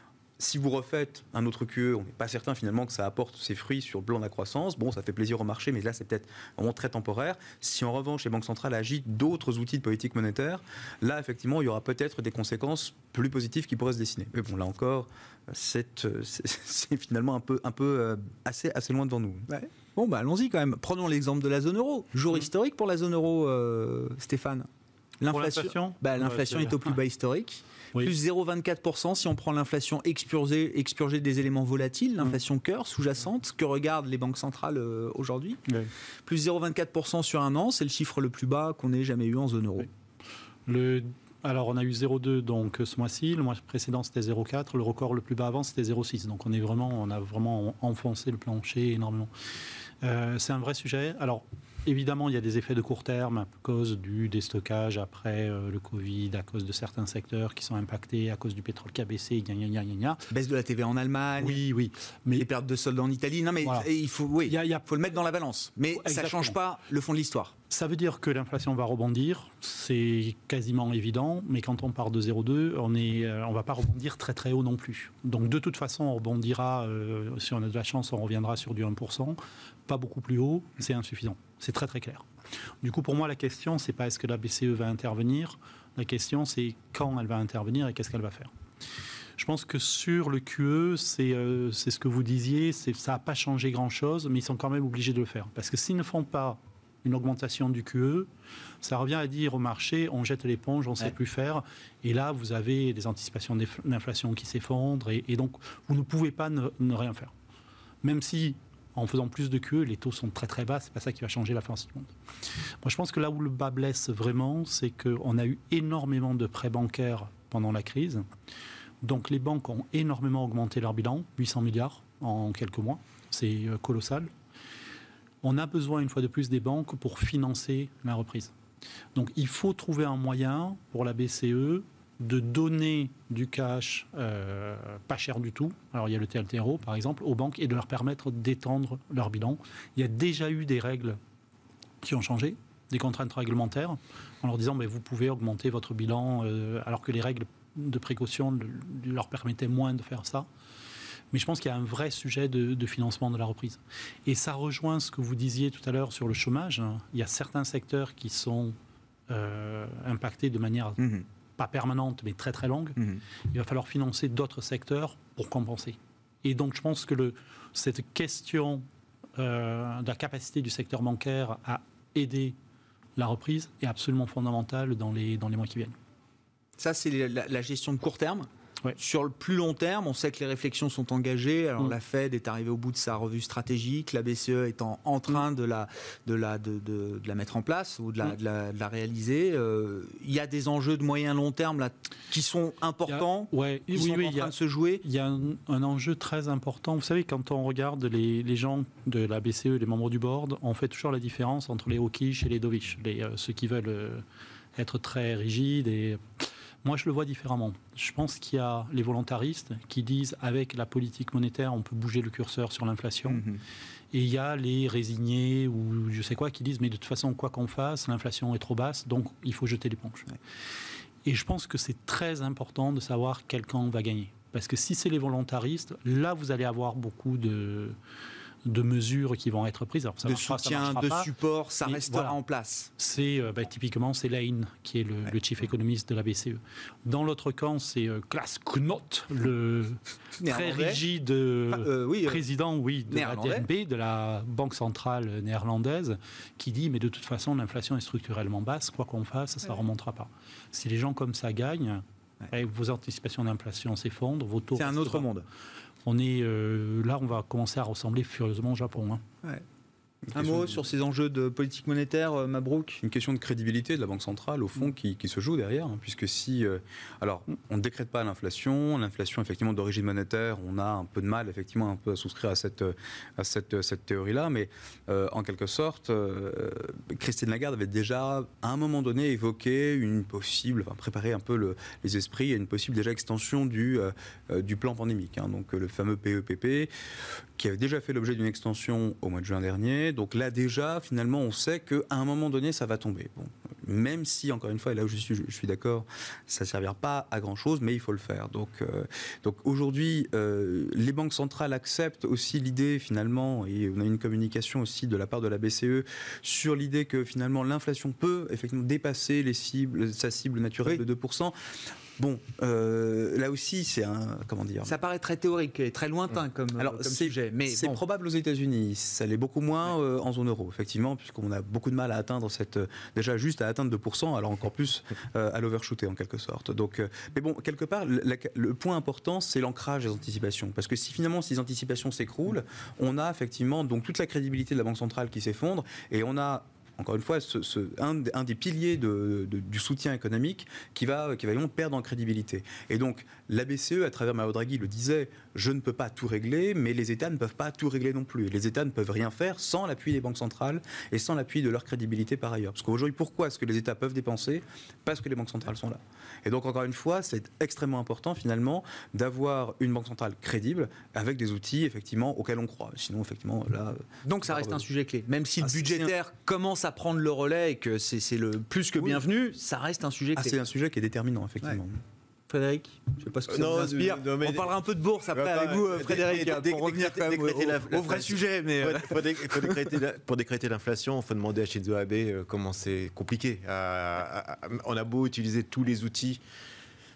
si vous refaites un autre Q E, on n'est pas certain finalement que ça apporte ses fruits sur le plan de la croissance. Bon, ça fait plaisir au marché, mais là, c'est peut-être vraiment très temporaire. Si en revanche, les banques centrales agitent d'autres outils de politique monétaire, là, effectivement, il y aura peut-être des conséquences plus positives qui pourraient se dessiner. Mais bon, là encore, c'est, c'est, c'est finalement un peu, un peu euh, assez, assez loin devant nous. Ouais. Bon, bah allons-y quand même. Prenons l'exemple de la zone euro. Jour mmh. historique pour la zone euro, euh, Stéphane. L'inflation, l'inflation, bah, l'inflation ouais, est au plus bas historique. Oui. Plus zéro virgule vingt-quatre pour cent si on prend l'inflation expurgée, expurgée des éléments volatiles, l'inflation mmh. cœur, sous-jacente, que regardent les banques centrales euh, aujourd'hui. Oui. Plus zéro virgule vingt-quatre pour cent sur un an, c'est le chiffre le plus bas qu'on ait jamais eu en zone euro. Oui. Le, alors on a eu zéro virgule deux donc, ce mois-ci, le mois précédent c'était zéro virgule quatre, le record le plus bas avant c'était zéro virgule six. Donc on, est vraiment, on a vraiment enfoncé le plancher énormément. Euh, c'est un vrai sujet. Alors, évidemment, il y a des effets de court terme à cause du déstockage après euh, le Covid, à cause de certains secteurs qui sont impactés, à cause du pétrole qui a baissé, gna gna gna gna gna. Baisse de la T V A en Allemagne. Oui, oui. Mais les pertes de soldes en Italie. Non, mais voilà. il faut, oui, il y a, il y a... faut le mettre dans la balance. Mais exactement. Ça ne change pas le fond de l'histoire. Ça veut dire que l'inflation va rebondir, c'est quasiment évident, mais quand on part de zéro virgule deux, on ne euh, va pas rebondir très très haut non plus. Donc de toute façon, on rebondira, euh, si on a de la chance, on reviendra sur du un pour cent, pas beaucoup plus haut, c'est insuffisant, c'est très très clair. Du coup, pour moi, la question, c'est pas est-ce que la B C E va intervenir, la question c'est quand elle va intervenir et qu'est-ce qu'elle va faire. Je pense que sur le Q E, c'est, euh, c'est ce que vous disiez, c'est, ça n'a pas changé grand-chose, mais ils sont quand même obligés de le faire. Parce que s'ils ne font pas une augmentation du Q E, ça revient à dire au marché, on jette l'éponge, on ne sait ouais. plus faire. Et là, vous avez des anticipations d'inflation qui s'effondrent. Et, et donc, vous ne pouvez pas ne, ne rien faire. Même si, en faisant plus de Q E, les taux sont très très bas, c'est pas ça qui va changer la face du monde. Moi je pense que là où le bas blesse vraiment, c'est qu'on a eu énormément de prêts bancaires pendant la crise. Donc les banques ont énormément augmenté leur bilan, huit cents milliards en quelques mois, c'est colossal. On a besoin une fois de plus des banques pour financer la reprise. Donc il faut trouver un moyen pour la B C E de donner du cash euh, pas cher du tout, alors il y a le T L T R O par exemple, aux banques et de leur permettre d'étendre leur bilan. Il y a déjà eu des règles qui ont changé, des contraintes réglementaires, en leur disant mais vous pouvez augmenter votre bilan euh, alors que les règles de précaution le, leur permettaient moins de faire ça. Mais je pense qu'il y a un vrai sujet de, de financement de la reprise. Et ça rejoint ce que vous disiez tout à l'heure sur le chômage. Il y a certains secteurs qui sont euh, impactés de manière mmh. pas permanente, mais très très longue. Mmh. Il va falloir financer d'autres secteurs pour compenser. Et donc je pense que le, cette question euh, de la capacité du secteur bancaire à aider la reprise est absolument fondamentale dans les, dans les mois qui viennent. Ça, c'est la, la gestion de court terme. Ouais. Sur le plus long terme, on sait que les réflexions sont engagées. Alors, mmh. la Fed est arrivée au bout de sa revue stratégique. La B C E est en, en train mmh. de, la, de, la, de, de, de la mettre en place ou de la, mmh. de la, de la réaliser. Euh, il y a des enjeux de moyen long terme là, qui sont importants, a, ouais, qui oui, sont oui, en train a, de se jouer. Il y a un, un enjeu très important. Vous savez, quand on regarde les, les gens de la B C E, les membres du board, on fait toujours la différence entre les hawkish et les dovish, les, euh, ceux qui veulent euh, être très rigides et... Moi, je le vois différemment. Je pense qu'il y a les volontaristes qui disent avec la politique monétaire, on peut bouger le curseur sur l'inflation. Mmh. Et il y a les résignés ou je sais quoi qui disent mais de toute façon, quoi qu'on fasse, l'inflation est trop basse, donc il faut jeter l'éponge. Ouais. Et je pense que c'est très important de savoir quel camp va gagner. Parce que si c'est les volontaristes, là, vous allez avoir beaucoup de... de mesures qui vont être prises. Alors, ça de marchera, soutien, ça de pas, support, ça restera voilà. en place. C'est, euh, bah, typiquement, c'est Lane, qui est le, ouais. le chief économiste de la B C E. Dans l'autre camp, c'est euh, Klaas Knot, le très rigide ah, euh, oui, président euh, oui, de la D N B, de la Banque centrale néerlandaise, qui dit, mais de toute façon, l'inflation est structurellement basse, quoi qu'on fasse, ça ne ouais. remontera pas. Si les gens comme ça gagnent, ouais. vos anticipations d'inflation s'effondrent, vos taux... C'est un autre monde. On est, euh, là, on va commencer à ressembler furieusement au Japon. Hein. Ouais. Un mot de... sur ces enjeux de politique monétaire, euh, Mabrouk. Une question de crédibilité de la Banque centrale, au fond, qui, qui se joue derrière, hein, puisque si... Euh, alors, on ne décrète pas l'inflation, l'inflation, effectivement, d'origine monétaire, on a un peu de mal, effectivement, un peu à souscrire à cette, à cette, cette théorie-là, mais euh, en quelque sorte, euh, Christine Lagarde avait déjà, à un moment donné, évoqué une possible, enfin, préparé un peu le, les esprits, une possible déjà extension du, euh, du plan pandémique, hein, donc le fameux P E P P, qui avait déjà fait l'objet d'une extension au mois de juin dernier. Donc là, déjà, finalement, on sait qu'à un moment donné, ça va tomber. Bon, même si, encore une fois, et là où je suis, je suis d'accord, ça ne servira pas à grand-chose, mais il faut le faire. Donc, euh, donc aujourd'hui, euh, les banques centrales acceptent aussi l'idée, finalement, et on a une communication aussi de la part de la B C E, sur l'idée que, finalement, l'inflation peut, effectivement, dépasser les cibles, sa cible naturelle oui. de deux pour cent. Bon, euh, là aussi, c'est un... Comment dire ? Ça paraît très théorique et très lointain comme, Alors, comme c'est, sujet. Mais c'est bon. probable aux États-Unis. Ça l'est beaucoup moins ouais. euh, en zone euro, effectivement, puisqu'on a beaucoup de mal à atteindre cette... Déjà, juste à atteindre deux pour cent, alors encore plus euh, à l'overshooter, en quelque sorte. Donc, euh, mais bon, quelque part, le, la, le point important, c'est l'ancrage des anticipations. Parce que si finalement, ces anticipations s'écroulent, on a effectivement donc, toute la crédibilité de la Banque centrale qui s'effondre, et on a... Encore une fois, ce, ce, un, un des piliers de, de, du soutien économique qui va, qui va vraiment perdre en crédibilité. Et donc, la B C E, à travers Mario Draghi, le disait, je ne peux pas tout régler, mais les États ne peuvent pas tout régler non plus. Et les États ne peuvent rien faire sans l'appui des banques centrales et sans l'appui de leur crédibilité par ailleurs. Parce qu'aujourd'hui, pourquoi est-ce que les États peuvent dépenser ? Parce que les banques centrales sont là. Et donc, encore une fois, c'est extrêmement important, finalement, d'avoir une banque centrale crédible avec des outils, effectivement, auxquels on croit. Sinon, effectivement, là... Donc, ça reste un sujet clé. Même si ah, le budgétaire un... commence à prendre le relais et que c'est, c'est le plus que oui. bienvenu, ça reste un sujet clé. Ah, c'est un sujet qui est déterminant, effectivement. Ouais. Frédéric, je ne sais pas ce que ça non, vous inspire. Non, on parlera un peu de bourse après avec vous, Frédéric, dé, dé, pour dé, revenir dé, quand même au, la, au vrai sujet. Mais faut, faut dé, faut décréter la, pour décréter l'inflation, il faut demander à Shinzo Abe euh, comment c'est compliqué. Euh, on a beau utiliser tous les outils,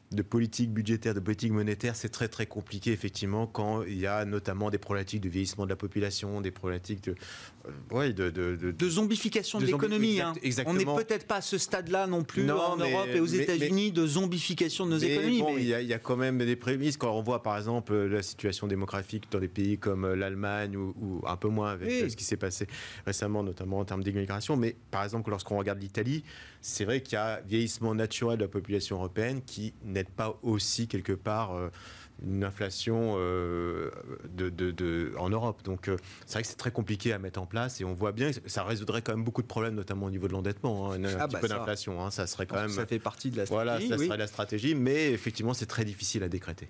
de politique budgétaire, de politique monétaire, c'est très très compliqué effectivement quand il y a notamment des problématiques de vieillissement de la population, des problématiques de, euh, ouais, de, de, de, de zombification de, de zombi- l'économie. exact- hein. exactement. On n'est peut-être pas à ce stade-là non plus Non, en mais- Europe et aux mais- États-Unis de zombification de nos Mais économies. bon, mais- il y, a- il y a quand même des prémices. Quand on voit par exemple la situation démographique dans des pays comme l'Allemagne ou, ou un peu moins avec Oui. ce qui s'est passé récemment, notamment en termes d'immigration. Mais par exemple, lorsqu'on regarde l'Italie, c'est vrai qu'il y a vieillissement naturel de la population européenne qui n'aide pas aussi quelque part euh, une inflation euh, de, de, de- en Europe. Donc euh, c'est vrai que c'est très compliqué à mettre en place et on voit bien que ça résoudrait quand même beaucoup de problèmes, notamment au niveau de l'endettement. Hein, un Ah petit bah peu ça. d'inflation, hein, ça serait Je quand pense que même... ça fait partie de la Voilà, stratégie. ça oui. serait la stratégie, mais effectivement c'est très difficile à décréter.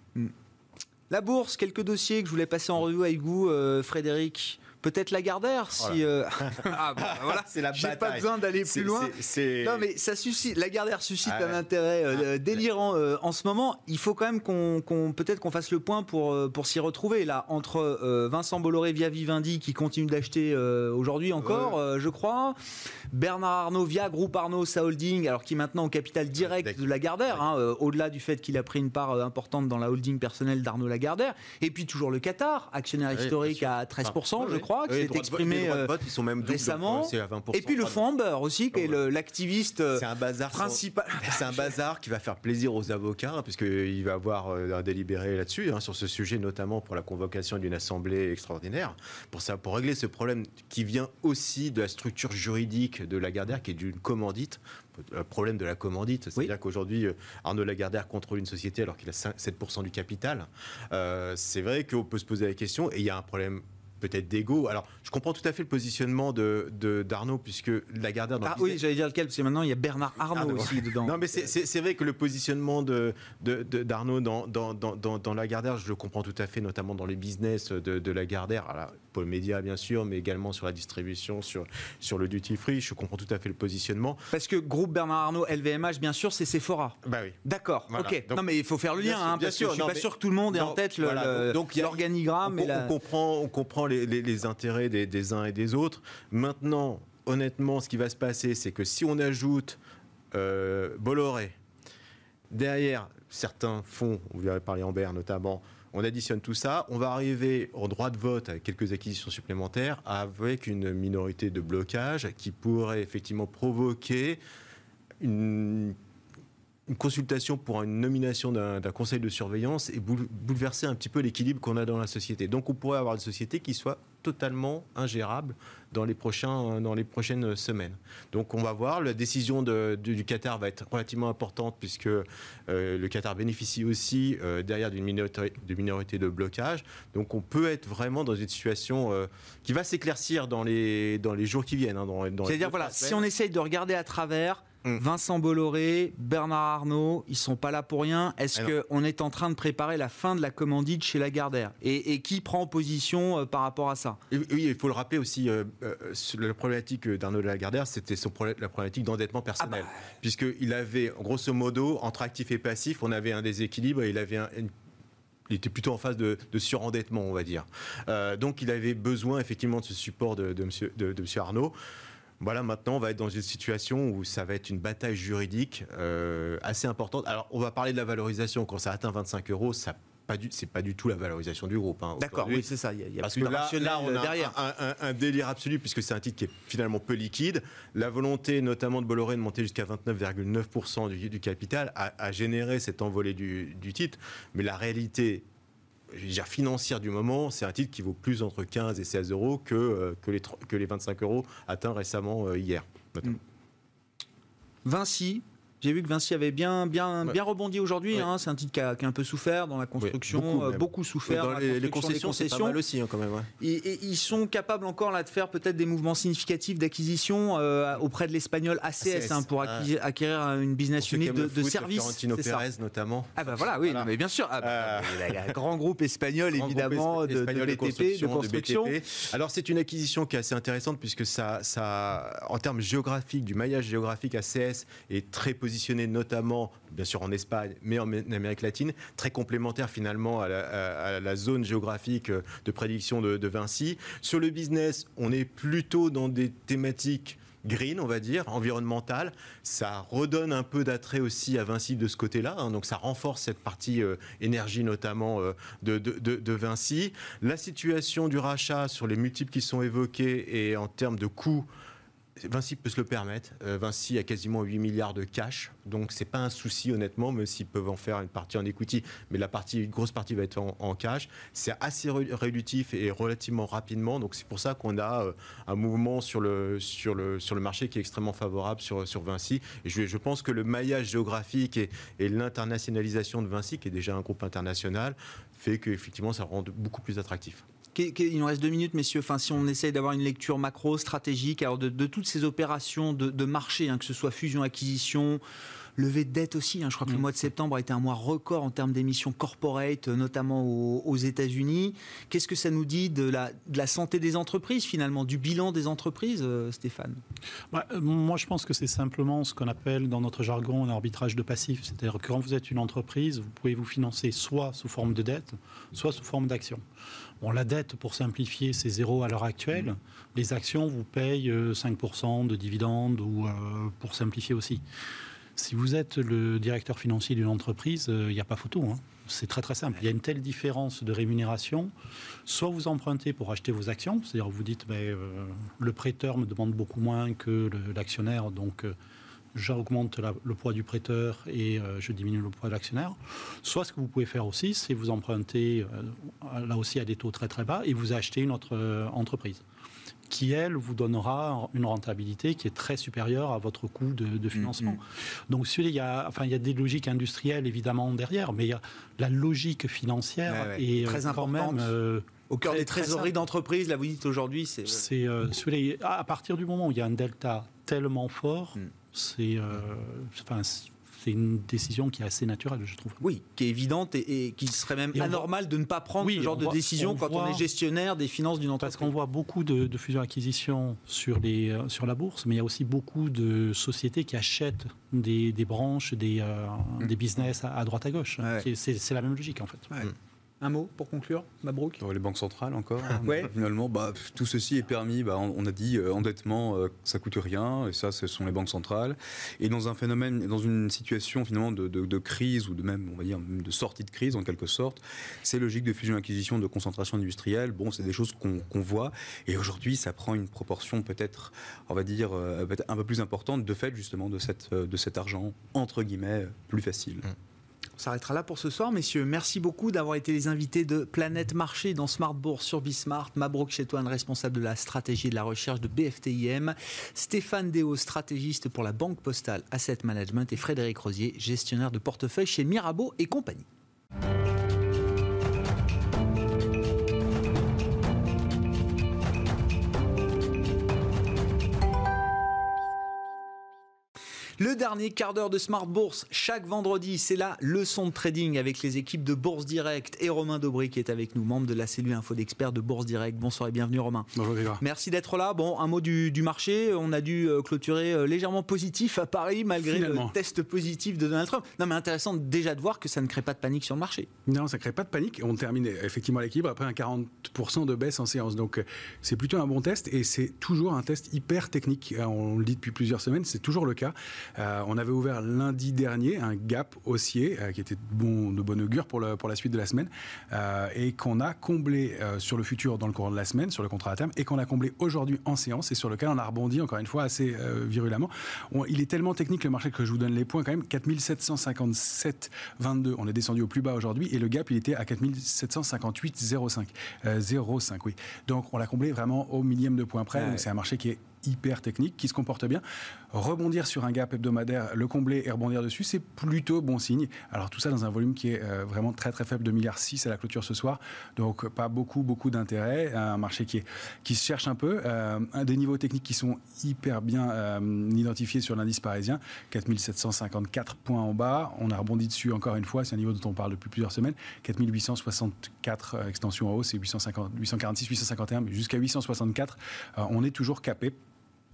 La bourse, quelques dossiers que je voulais passer en revue avec vous, euh, Frédéric. Peut-être Lagardère, si. Voilà. euh, ah bah voilà, C'est la j'ai pas bataille. besoin d'aller C'est- plus loin. c'est- c'est- Non mais ça suscite, Lagardère suscite Ah un ouais. intérêt euh, délirant euh, en ce moment. Il faut quand même qu'on, qu'on- peut-être qu'on fasse le point pour euh, pour s'y retrouver là entre euh, Vincent Bolloré via Vivendi qui continue d'acheter euh, aujourd'hui encore, Ouais. euh, je crois. Bernard Arnault via Groupe Arnault, sa holding, alors qui est maintenant au capital direct D'accord. de Lagardère, hein, euh, au-delà du fait qu'il a pris une part euh, importante dans la holding personnelle d'Arnaud Lagardère. Et puis toujours le Qatar, actionnaire Oui, historique bien sûr. à treize pour cent, Ah, je oui. crois, qui Oui, s'est droits de vote- exprimé les droits de euh, vote, ils sont même doubles, récemment. c'est à vingt pour cent. Et puis le fonds Amber aussi, qui est le- l'activiste euh, C'est un bazar. principal. C'est un bazar qui va faire plaisir aux avocats, hein, puisqu'il va y avoir euh, un délibéré là-dessus, hein, sur ce sujet, notamment pour la convocation d'une assemblée extraordinaire, pour, ça, pour régler ce problème qui vient aussi de la structure juridique de Lagardère, qui est d'une commandite. Le problème de la commandite, c'est-à-dire Oui. qu'aujourd'hui, euh, Arnaud Lagardère contrôle une société alors qu'il a cinq- sept pour cent du capital. Euh, c'est vrai qu'on peut se poser la question, et il y a un problème peut-être d'ego. Alors, je comprends tout à fait le positionnement de, de- d'Arnaud, puisque Lagardère... Dans le Ah oui, business- j'allais dire lequel, parce que maintenant il y a Bernard Arnault Arnaud. aussi dedans. Non, mais c'est, c'est- c'est vrai que le positionnement de, de- de- d'Arnaud dans, dans, dans, dans, dans Lagardère, je le comprends tout à fait, notamment dans les business de, de Lagardère. Alors, pour le média, bien sûr, mais également sur la distribution, sur, sur le duty free. Je comprends tout à fait le positionnement. Parce que groupe Bernard Arnault, L V M H, bien sûr, c'est Sephora. Bah oui. D'accord, Voilà. ok. Donc, non mais il faut faire le bien lien, sûr, hein, bien parce sûr, que je suis non, pas mais- sûr que tout le monde ait en non, tête le- voilà. le- Donc, il y a- l'organigramme. On, et la- on comprend, on comprend les, les- les intérêts des, des uns et des autres. Maintenant, honnêtement, ce qui va se passer, c'est que si on ajoute euh, Bolloré, derrière certains fonds, on verrait parler Amber notamment, on additionne tout ça, on va arriver au droit de vote avec quelques acquisitions supplémentaires, avec une minorité de blocage qui pourrait effectivement provoquer une une consultation pour une nomination d'un, d'un conseil de surveillance et boule- bouleverser un petit peu l'équilibre qu'on a dans la société. Donc on pourrait avoir une société qui soit totalement ingérable dans les, prochains, dans les prochaines semaines. Donc on va voir, la décision de- de- du Qatar va être relativement importante puisque euh, le Qatar bénéficie aussi euh, derrière d'une minorité, de minorité de blocage. Donc on peut être vraiment dans une situation euh, qui va s'éclaircir dans les, dans les jours qui viennent. hein, dans, dans les C'est-à-dire, deux, voilà, trois si semaines. on essaye de regarder à travers, Hum. Vincent Bolloré, Bernard Arnault, ils sont pas là pour rien. Est-ce Ah non. qu'on est en train de préparer la fin de la commandite chez Lagardère et, et qui prend position euh, par rapport à ça? Et oui, il faut le rappeler aussi, euh, euh, sur la problématique d'Arnaud Lagardère, c'était son problème, la problématique d'endettement personnel. Ah bah. Puisqu'il avait, grosso modo, entre actifs et passifs, on avait un déséquilibre et il avait un, une- il était plutôt en phase de, de surendettement, on va dire. Euh, donc il avait besoin effectivement de ce support de, de, monsieur, de, de monsieur Arnaud. Voilà, maintenant, on va être dans une situation où ça va être une bataille juridique euh, assez importante. Alors, on va parler de la valorisation. Quand ça atteint vingt-cinq euros, ça pas du, c'est pas du tout la valorisation du groupe. hein, D'accord, aujourd'hui. oui, c'est ça. Il y a, il y a Parce plus que de là, rationnel là, on a derrière. un, un- un délire absolu puisque c'est un titre qui est finalement peu liquide. La volonté, notamment de Bolloré, de monter jusqu'à vingt-neuf virgule neuf pour cent du, du capital a, a généré cette envolée du, du titre. Mais la réalité, je veux dire, financière du moment, c'est un titre qui vaut plus entre quinze et seize euros que, euh, que, les, tr- que les vingt-cinq euros atteints récemment euh, hier. notamment. Vinci. J'ai vu que Vinci avait bien, bien, Ouais. bien rebondi aujourd'hui. Ouais. hein. C'est un titre qui a, qui a un peu souffert dans la construction, beaucoup euh, même. beaucoup souffert Dans dans la les, les construction concessions, des c'est pas concessions. mal aussi hein, quand même. ouais. Et, et ils sont capables encore là de faire peut-être des mouvements significatifs d'acquisition euh, auprès de l'espagnol A C S, A C S, hein, pour ah. acquis- acquérir une business Pour ceux qui unit aiment de, le de foot, service. Florentino c'est ça. Pérez notamment. Ah bah voilà, oui, Voilà. non, mais bien sûr. Ah bah, Euh, il y a un grand groupe espagnol Grand évidemment groupe de, de espagnol B T P, de construction. B T P. Alors c'est une acquisition qui est assez intéressante puisque ça, ça, en termes géographiques, du maillage géographique, A C S est très positionné notamment, bien sûr en Espagne, mais en Amérique latine, très complémentaire finalement à la, à- à la zone géographique de prédiction de, de Vinci. Sur le business, on est plutôt dans des thématiques green, on va dire, environnemental. Ça redonne un peu d'attrait aussi à Vinci de ce côté-là, hein, donc ça renforce cette partie euh, énergie notamment euh, de, de, de, de Vinci. La situation du rachat sur les multiples qui sont évoqués et en termes de coûts, Vinci peut se le permettre. Euh, Vinci a quasiment huit milliards de cash, donc c'est pas un souci honnêtement, même s'ils peuvent en faire une partie en equity, mais la partie, une grosse partie va être en, en cash. C'est assez réductif et relativement rapidement, donc c'est pour ça qu'on a euh, un mouvement sur le, sur, le, sur le marché qui est extrêmement favorable sur, sur Vinci. Et je, je pense que le maillage géographique et, et l'internationalisation de Vinci, qui est déjà un groupe international, fait qu'effectivement ça rend beaucoup plus attractif. Il nous reste deux minutes, messieurs. Enfin, si on essaye d'avoir une lecture macro, stratégique, alors de, de toutes ces opérations de, de marché, hein, que ce soit fusion, acquisition, levée de dette aussi. Hein, je crois que mmh. le mois de septembre a été un mois record en termes d'émissions corporate, notamment aux, aux États-Unis. Qu'est-ce que ça nous dit de la, de la santé des entreprises, finalement, du bilan des entreprises, euh, Stéphane ? bah, euh, Moi, je pense que c'est simplement ce qu'on appelle dans notre jargon un arbitrage de passifs. C'est-à-dire que quand vous êtes une entreprise, vous pouvez vous financer soit sous forme de dette, soit sous forme d'action. Bon, la dette, pour simplifier, c'est zéro à l'heure actuelle. Mmh. Les actions vous payent cinq pour cent de dividendes, ou euh, pour simplifier aussi. Si vous êtes le directeur financier d'une entreprise, il euh, n'y a pas photo. Hein. C'est très très simple. Il y a une telle différence de rémunération. Soit vous empruntez pour acheter vos actions, c'est-à-dire vous dites ben, euh, le prêteur me demande beaucoup moins que le, l'actionnaire, donc euh, j'augmente la, le poids du prêteur et euh, je diminue le poids de l'actionnaire. Soit ce que vous pouvez faire aussi, c'est vous emprunter euh, là aussi à des taux très très bas et vous achetez une autre euh, entreprise qui, elle, vous donnera une rentabilité qui est très supérieure à votre coût de, de financement. Mmh. Donc, il y a, enfin, il y a des logiques industrielles, évidemment, derrière, mais il y a la logique financière ouais, ouais. est très quand importante. même... Euh, Au cœur des trésoreries d'entreprise, là, vous dites aujourd'hui, c'est... c'est euh, à partir du moment où il y a un delta tellement fort, mmh. c'est... Euh, enfin, c'est une décision qui est assez naturelle, je trouve. Oui, qui est évidente et, et qui serait même et anormal de ne pas prendre oui, ce genre de voit, décision on quand voit, on est gestionnaire des finances d'une entreprise. Parce qu'on voit beaucoup de, de fusions-acquisitions sur, les, sur la bourse, mais il y a aussi beaucoup de sociétés qui achètent des, des branches, des, euh, mmh. des business à, à droite à gauche. Ouais. C'est, c'est la même logique, en fait. Ouais. Mmh. Un mot pour conclure, Mabrouk ? Les banques centrales encore. ouais. Finalement, bah, tout ceci est permis. Bah, on a dit euh, endettement, euh, ça coûte rien, et ça, ce sont les banques centrales. Et dans un phénomène, dans une situation finalement de, de, de crise ou de même, on va dire, de sortie de crise en quelque sorte, ces logiques de fusion-acquisition, de concentration industrielle, bon, c'est des choses qu'on, qu'on voit. Et aujourd'hui, ça prend une proportion peut-être, on va dire, euh, peut-être un peu plus importante de fait justement de cette, de cet argent entre guillemets plus facile. Mmh. On s'arrêtera là pour ce soir, messieurs. Merci beaucoup d'avoir été les invités de Planète Marché dans Smart Bourse sur Bismart. Mabrouk Chetouane, responsable de la stratégie et de la recherche de B F T I M. Stéphane Déo, stratégiste pour la Banque Postale Asset Management. Et Frédéric Rosier, gestionnaire de portefeuille chez Mirabeau et compagnie. Le dernier quart d'heure de Smart Bourse, chaque vendredi, c'est la leçon de trading avec les équipes de Bourse Direct et Romain Daubry qui est avec nous, membre de la cellule info d'experts de Bourse Direct. Bonsoir et bienvenue Romain. Bonjour Grégoire. Merci d'être là. Bon, un mot du, du marché. On a dû clôturer légèrement positif à Paris malgré Finalement. le test positif de Donald Trump. Non mais intéressant déjà de voir que ça ne crée pas de panique sur le marché. Non, ça ne crée pas de panique. On termine effectivement à l'équilibre après un quarante pour cent de baisse en séance. Donc c'est plutôt un bon test et c'est toujours un test hyper technique. On le dit depuis plusieurs semaines, c'est toujours le cas. Euh, on avait ouvert lundi dernier un gap haussier euh, qui était bon, de bon augure pour, le, pour la suite de la semaine euh, et qu'on a comblé euh, sur le futur dans le courant de la semaine, sur le contrat à terme, et qu'on a comblé aujourd'hui en séance et sur lequel on a rebondi encore une fois assez euh, virulemment. On, il est tellement technique le marché que je vous donne les points quand même. quatre mille sept cent cinquante-sept virgule vingt-deux, on est descendu au plus bas aujourd'hui et le gap il était à quatre mille sept cent cinquante-huit virgule zéro cinq. Euh, zéro virgule cinq, oui. Donc on l'a comblé vraiment au millième de point près. Ouais. Donc c'est un marché qui est hyper technique, qui se comporte bien. Rebondir sur un gap hebdomadaire, le combler et rebondir dessus, c'est plutôt bon signe. Alors tout ça dans un volume qui est euh, vraiment très très faible, deux virgule six milliards à la clôture ce soir. Donc pas beaucoup beaucoup d'intérêt. Un marché qui, est, qui se cherche un peu. Euh, des niveaux techniques qui sont hyper bien euh, identifiés sur l'indice parisien. quatre mille sept cent cinquante-quatre points en bas. On a rebondi dessus encore une fois. C'est un niveau dont on parle depuis plusieurs semaines. quatre mille huit cent soixante-quatre euh, extensions en hausse. C'est huit cent cinquante, huit cent quarante-six, huit cent cinquante et un, mais jusqu'à huit cent soixante-quatre. Euh, on est toujours capé.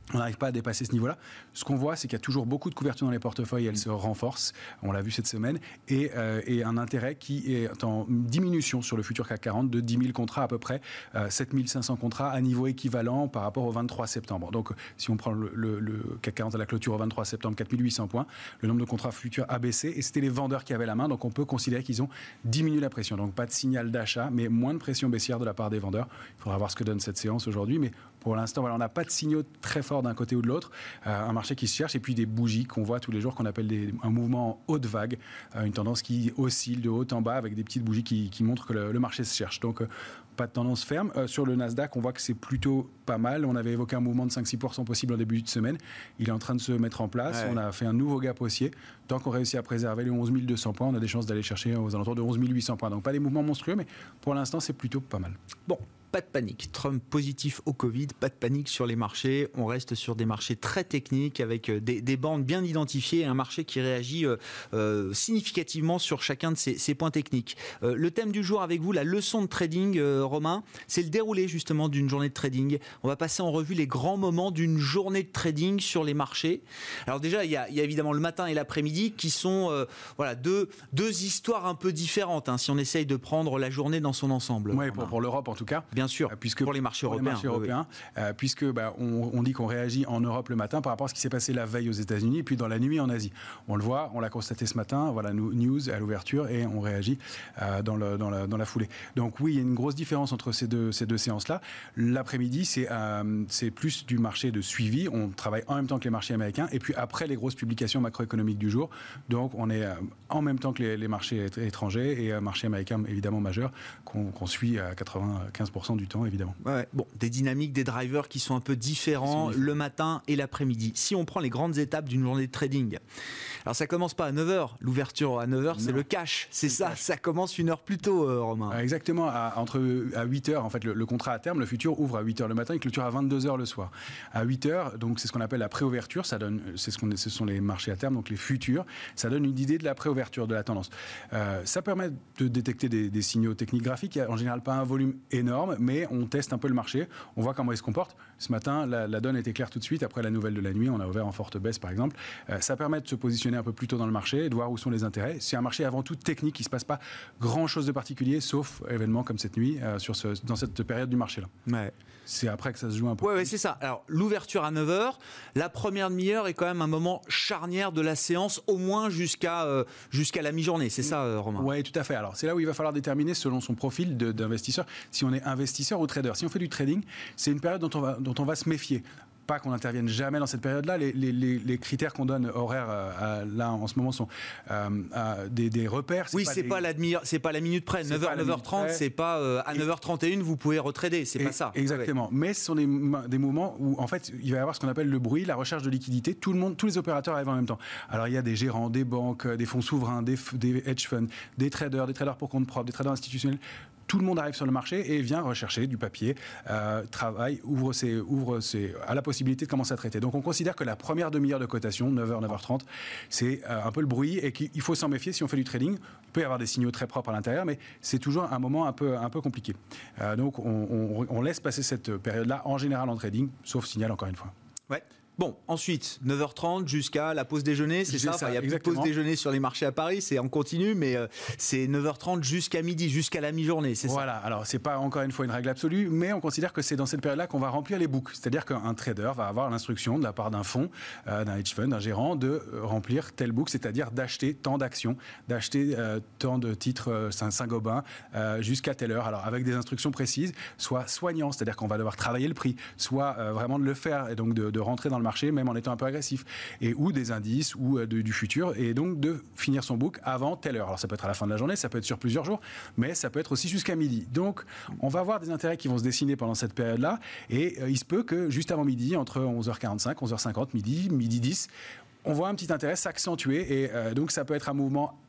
On n'arrive pas à dépasser ce niveau-là. Ce qu'on voit, c'est qu'il y a toujours beaucoup de couverture dans les portefeuilles, elles se renforcent, on l'a vu cette semaine, et, euh, et un intérêt qui est en diminution sur le futur C A C quarante de dix mille contrats à peu près, euh, sept mille cinq cents contrats à niveau équivalent par rapport au vingt-trois septembre. Donc si on prend le, le, le C A C quarante à la clôture au vingt-trois septembre, quatre mille huit cents points, le nombre de contrats futurs a baissé, et c'était les vendeurs qui avaient la main, donc on peut considérer qu'ils ont diminué la pression. Donc pas de signal d'achat, mais moins de pression baissière de la part des vendeurs. Il faudra voir ce que donne cette séance aujourd'hui, mais pour l'instant, voilà, on n'a pas de signaux très forts d'un côté ou de l'autre. Euh, un marché qui se cherche, et puis des bougies qu'on voit tous les jours, qu'on appelle des, un mouvement en haute vague, euh, une tendance qui oscille de haut en bas avec des petites bougies qui, qui montrent que le, le marché se cherche. Donc, euh, pas de tendance ferme. Euh, sur le Nasdaq, on voit que c'est plutôt pas mal. On avait évoqué un mouvement de cinq à six pour cent possible en début de semaine. Il est en train de se mettre en place. Ouais. On a fait un nouveau gap haussier. Tant qu'on réussit à préserver les onze mille deux cents points, on a des chances d'aller chercher aux alentours de onze mille huit cents points. Donc, pas des mouvements monstrueux, mais pour l'instant, c'est plutôt pas mal. Bon. Pas de panique. Trump positif au Covid, pas de panique sur les marchés. On reste sur des marchés très techniques avec des, des bandes bien identifiées et un marché qui réagit euh, euh, significativement sur chacun de ces, ces points techniques. Euh, le thème du jour avec vous, la leçon de trading, euh, Romain, c'est le déroulé justement d'une journée de trading. On va passer en revue les grands moments d'une journée de trading sur les marchés. Alors déjà, il y a, il y a évidemment le matin et l'après-midi qui sont euh, voilà, deux, deux histoires un peu différentes hein, si on essaye de prendre la journée dans son ensemble. Oui, pour, pour l'Europe en tout cas. Bien sûr, puisque pour les marchés pour européens, les marchés européens oui, oui. Euh, puisque bah, on, on dit qu'on réagit en Europe le matin par rapport à ce qui s'est passé la veille aux États-Unis, et puis dans la nuit en Asie. On le voit, on l'a constaté ce matin. Voilà, news à l'ouverture, et on réagit euh, dans, le, dans, la, dans la foulée. Donc oui, il y a une grosse différence entre ces deux, ces deux séances-là. L'après-midi, c'est, euh, c'est plus du marché de suivi. On travaille en même temps que les marchés américains, et puis après les grosses publications macroéconomiques du jour. Donc on est euh, en même temps que les, les marchés étrangers et euh, marchés américains évidemment majeurs qu'on, qu'on suit à quatre-vingt-quinze pour cent du temps évidemment. Ouais, bon, des dynamiques, des drivers qui sont un peu différents le matin et l'après-midi. Si on prend les grandes étapes d'une journée de trading, alors ça commence pas à neuf heures, l'ouverture à neuf heures, c'est le cash, c'est, c'est ça, cash. Ça commence une heure plus tôt, euh, Romain. Exactement, à, entre, à huit heures, en fait, le, le contrat à terme, le futur ouvre à huit heures le matin et clôture à vingt-deux heures le soir. À huit heures, donc c'est ce qu'on appelle la préouverture, ça donne, c'est ce, qu'on, ce sont les marchés à terme, donc les futurs, ça donne une idée de la préouverture, de la tendance. Euh, ça permet de détecter des, des signaux techniques graphiques, il n'y a en général pas un volume énorme, mais on teste un peu le marché, on voit comment il se comporte. Ce matin, la, la donne était claire tout de suite, après la nouvelle de la nuit, on a ouvert en forte baisse par exemple. Euh, ça permet de se positionner un peu plus tôt dans le marché et de voir où sont les intérêts. C'est un marché avant tout technique, il ne se passe pas grand-chose de particulier, sauf événements comme cette nuit, euh, sur ce, dans cette période du marché-là. Ouais. C'est après que ça se joue un peu. Oui, ouais, c'est ça. Alors, l'ouverture à neuf heures, la première demi-heure est quand même un moment charnière de la séance, au moins jusqu'à, euh, jusqu'à la mi-journée. C'est ça, euh, Romain ? Oui, tout à fait. Alors, c'est là où il va falloir déterminer, selon son profil de, d'investisseur, si on est investisseur ou trader. Si on fait du trading, c'est une période dont on va, dont on va se méfier. Pas qu'on n'intervienne jamais dans cette période-là. Les, les, les, les critères qu'on donne horaires euh, à, là en ce moment sont euh, à des, des repères. C'est oui, pas c'est, des... pas la demi-heure, c'est pas la minute près. neuf heures, neuf heures trente, c'est pas euh, à et... neuf heures trente et une vous pouvez retrader. C'est et, pas ça. Exactement. Ouais. Mais ce sont des, des moments où en fait il va y avoir ce qu'on appelle le bruit, la recherche de liquidité. Tout le monde, tous les opérateurs arrivent en même temps. Alors il y a des gérants, des banques, des fonds souverains, des, des hedge funds, des traders, des traders pour compte propre, des traders institutionnels. Tout le monde arrive sur le marché et vient rechercher du papier, euh, travaille, ouvre, ses, ouvre ses, a la possibilité de commencer à traiter. Donc on considère que la première demi-heure de cotation, neuf heures, neuf heures trente, c'est euh, un peu le bruit et qu'il faut s'en méfier si on fait du trading. Il peut y avoir des signaux très propres à l'intérieur, mais c'est toujours un moment un peu, un peu compliqué. Euh, donc on, on, on laisse passer cette période-là en général en trading, sauf signal encore une fois. Ouais. Bon, ensuite, neuf heures trente jusqu'à la pause déjeuner, c'est ça, ça enfin, il y a exactement. Plus de pause déjeuner sur les marchés à Paris, c'est en continu, mais euh, c'est neuf heures trente jusqu'à midi, jusqu'à la mi-journée, c'est voilà. Ça. Voilà, alors c'est pas encore une fois une règle absolue, mais on considère que c'est dans cette période-là qu'on va remplir les books. C'est-à-dire qu'un trader va avoir l'instruction de la part d'un fonds, euh, d'un hedge fund, d'un gérant, de remplir tel book, c'est-à-dire d'acheter tant d'actions, d'acheter euh, tant de titres euh, Saint-Gobain euh, jusqu'à telle heure. Alors avec des instructions précises, soit soignant, c'est-à-dire qu'on va devoir travailler le prix, soit euh, vraiment de le faire et donc de, de rentrer dans le marché, même en étant un peu agressif, et ou des indices ou de, du futur, et donc de finir son book avant telle heure. Alors ça peut être à la fin de la journée, ça peut être sur plusieurs jours, mais ça peut être aussi jusqu'à midi. Donc on va avoir des intérêts qui vont se dessiner pendant cette période-là, et euh, il se peut que juste avant midi, entre onze heures quarante-cinq, onze heures cinquante, midi, midi dix, on voit un petit intérêt s'accentuer, et euh, donc ça peut être un mouvement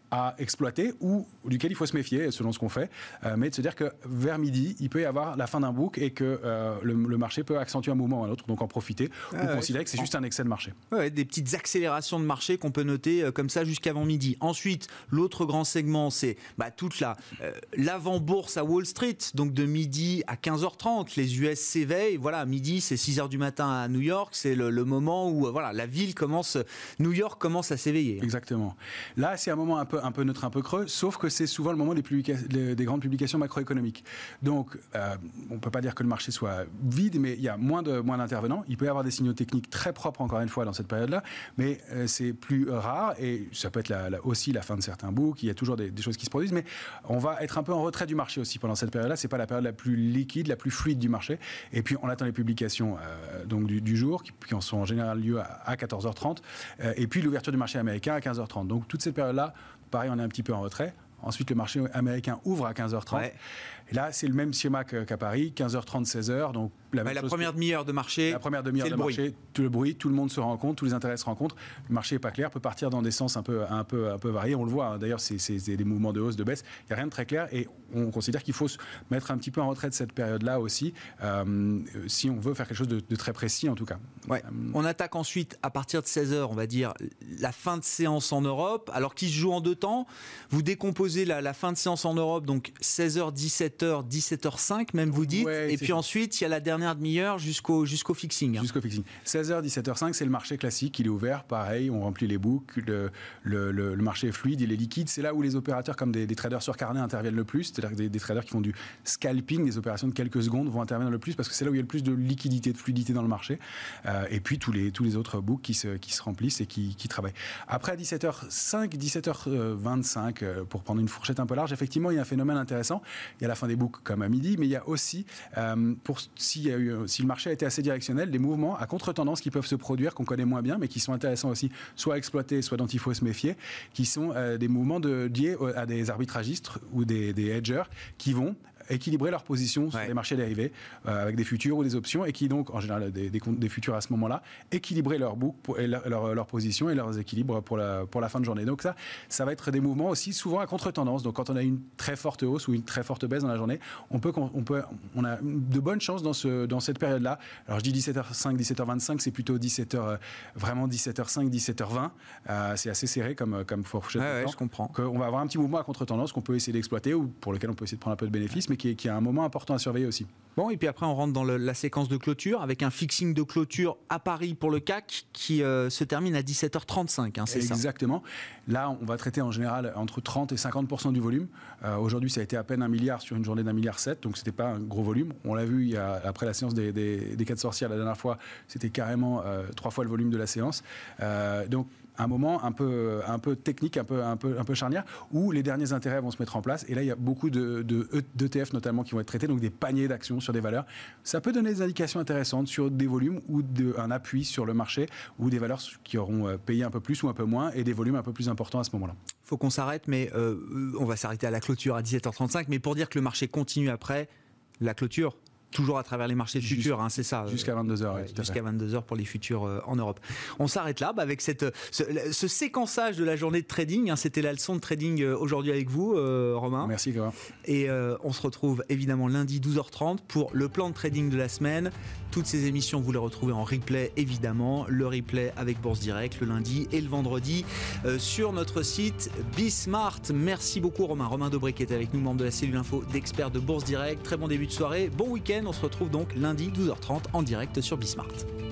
à exploiter ou duquel il faut se méfier selon ce qu'on fait, euh, mais de se dire que vers midi, il peut y avoir la fin d'un book et que euh, le, le marché peut accentuer un mouvement ou un autre, donc en profiter ah ou ouais, considérer que c'est juste un excès de marché. Ouais, des petites accélérations de marché qu'on peut noter euh, comme ça jusqu'avant midi. Ensuite, l'autre grand segment, c'est bah, toute la euh, l'avant-bourse à Wall Street, donc de midi à quinze heures trente, les U S s'éveillent. Voilà, midi, c'est six heures du matin à New York, c'est le, le moment où euh, voilà, la ville commence, New York commence à s'éveiller. Exactement. Là, c'est un moment un peu un peu neutre, un peu creux, sauf que c'est souvent le moment des, publica- des grandes publications macroéconomiques. Donc, euh, on ne peut pas dire que le marché soit vide, mais il y a moins, de, moins d'intervenants. Il peut y avoir des signaux techniques très propres, encore une fois, dans cette période-là, mais euh, c'est plus rare, et ça peut être la, la, aussi la fin de certains books, il y a toujours des, des choses qui se produisent, mais on va être un peu en retrait du marché aussi pendant cette période-là. Ce n'est pas la période la plus liquide, la plus fluide du marché. Et puis, on attend les publications euh, donc du, du jour, qui, qui en sont en général lieu à, à quatorze heures trente, euh, et puis l'ouverture du marché américain à quinze heures trente. Donc, toute cette période-là, pareil, on est un petit peu en retrait. Ensuite, le marché américain ouvre à quinze heures trente. Ouais. Et là, c'est le même schéma qu'à Paris, quinze heures trente, seize heures. Donc la, ouais, la première demi-heure de marché. La première demi-heure de marché, tout le bruit, tout le monde se rencontre, tous les intérêts se rencontrent. Le marché n'est pas clair, peut partir dans des sens un peu, un peu, un peu variés. On le voit, hein. D'ailleurs, c'est, c'est, c'est des mouvements de hausse, de baisse. Il n'y a rien de très clair et on considère qu'il faut se mettre un petit peu en retrait de cette période-là aussi, euh, si on veut faire quelque chose de, de très précis en tout cas. Ouais. Euh, on attaque ensuite à partir de seize heures, on va dire, la fin de séance en Europe, alors qu'il se joue en deux temps. Vous décomposez la, la fin de séance en Europe, donc seize heures, dix-sept heures, dix-sept heures cinq même vous dites, ouais, et puis ça. Ensuite il y a la dernière demi-heure jusqu'au, jusqu'au fixing. Hein. Jusqu'au fixing. seize heures, dix-sept heures cinq, c'est le marché classique, il est ouvert, pareil, on remplit les books, le, le, le, le marché est fluide, il est liquide, c'est là où les opérateurs comme des, des traders sur carnet interviennent le plus, c'est-à-dire que des, des traders qui font du scalping, des opérations de quelques secondes vont intervenir le plus parce que c'est là où il y a le plus de liquidité, de fluidité dans le marché, euh, et puis tous les, tous les autres books qui se, qui se remplissent et qui, qui travaillent. Après à dix-sept heures cinq, dix-sept heures vingt-cinq, euh, pour prendre une fourchette un peu large, effectivement il y a un phénomène intéressant, il y a la fin des books comme à midi, mais il y a aussi, euh, pour, si, y a eu, si le marché a été assez directionnel, des mouvements à contre-tendance qui peuvent se produire, qu'on connaît moins bien, mais qui sont intéressants aussi, soit à exploiter, soit dont il faut se méfier, qui sont euh, des mouvements de, liés à des arbitragistes ou des, des hedgers qui vont équilibrer leur position sur ouais. les marchés dérivés euh, avec des futurs ou des options et qui donc en général des, des, des futurs à ce moment-là équilibrer leur book pour, et leur, leur, leur position et leurs équilibres pour la, pour la fin de journée. Donc ça, ça va être des mouvements aussi souvent à contre-tendance. Donc quand on a une très forte hausse ou une très forte baisse dans la journée, on peut, on peut, on a de bonnes chances dans ce, dans cette période-là. Alors je dis dix-sept heures cinq, dix-sept heures vingt-cinq, c'est plutôt dix-sept heures, vraiment dix-sept heures cinq, dix-sept heures vingt. Euh, c'est assez serré comme, comme fourchette ouais, de ouais, temps. Je comprends. On va avoir un petit mouvement à contre-tendance qu'on peut essayer d'exploiter ou pour lequel on peut essayer de prendre un peu de bénéfice, mais qui est, qui est un moment important à surveiller aussi. Bon, et puis après on rentre dans le, la séquence de clôture avec un fixing de clôture à Paris pour le C A C qui euh, se termine à dix-sept heures trente-cinq, hein, c'est Exactement. ça. Exactement. Là, on va traiter en général entre trente et cinquante pour cent du volume. Euh, aujourd'hui, ça a été à peine un milliard sur une journée d'un milliard sept, donc c'était pas un gros volume. On l'a vu il y a, après la séance des, des, des quatre sorcières la dernière fois, c'était carrément euh, trois fois le volume de la séance. Euh, donc un moment un peu, un peu technique, un peu, un, peu, un peu charnière, où les derniers intérêts vont se mettre en place. Et là, il y a beaucoup de, de, d'E T F notamment qui vont être traités, donc des paniers d'actions sur des valeurs. Ça peut donner des indications intéressantes sur des volumes ou de, un appui sur le marché, ou des valeurs qui auront payé un peu plus ou un peu moins, et des volumes un peu plus importants à ce moment-là. Il faut qu'on s'arrête, mais euh, on va s'arrêter à la clôture à dix-sept heures trente-cinq. Mais pour dire que le marché continue après la clôture, toujours à travers les marchés Juste, futurs, hein, c'est ça. Jusqu'à vingt-deux heures. Ouais, oui, jusqu'à vingt-deux heures pour les futurs euh, en Europe. On s'arrête là bah, avec cette, ce, ce séquençage de la journée de trading. Hein, c'était la leçon de trading euh, aujourd'hui avec vous, euh, Romain. Merci, Grégoire. Et euh, on se retrouve évidemment lundi douze heures trente pour le plan de trading de la semaine. Toutes ces émissions, vous les retrouvez en replay, évidemment. Le replay avec Bourse Direct le lundi et le vendredi euh, sur notre site Bismart. Merci beaucoup, Romain. Romain Dobré qui était avec nous, membre de la cellule info d'experts de Bourse Direct. Très bon début de soirée. Bon week-end. On se retrouve donc lundi douze heures trente en direct sur Bismart.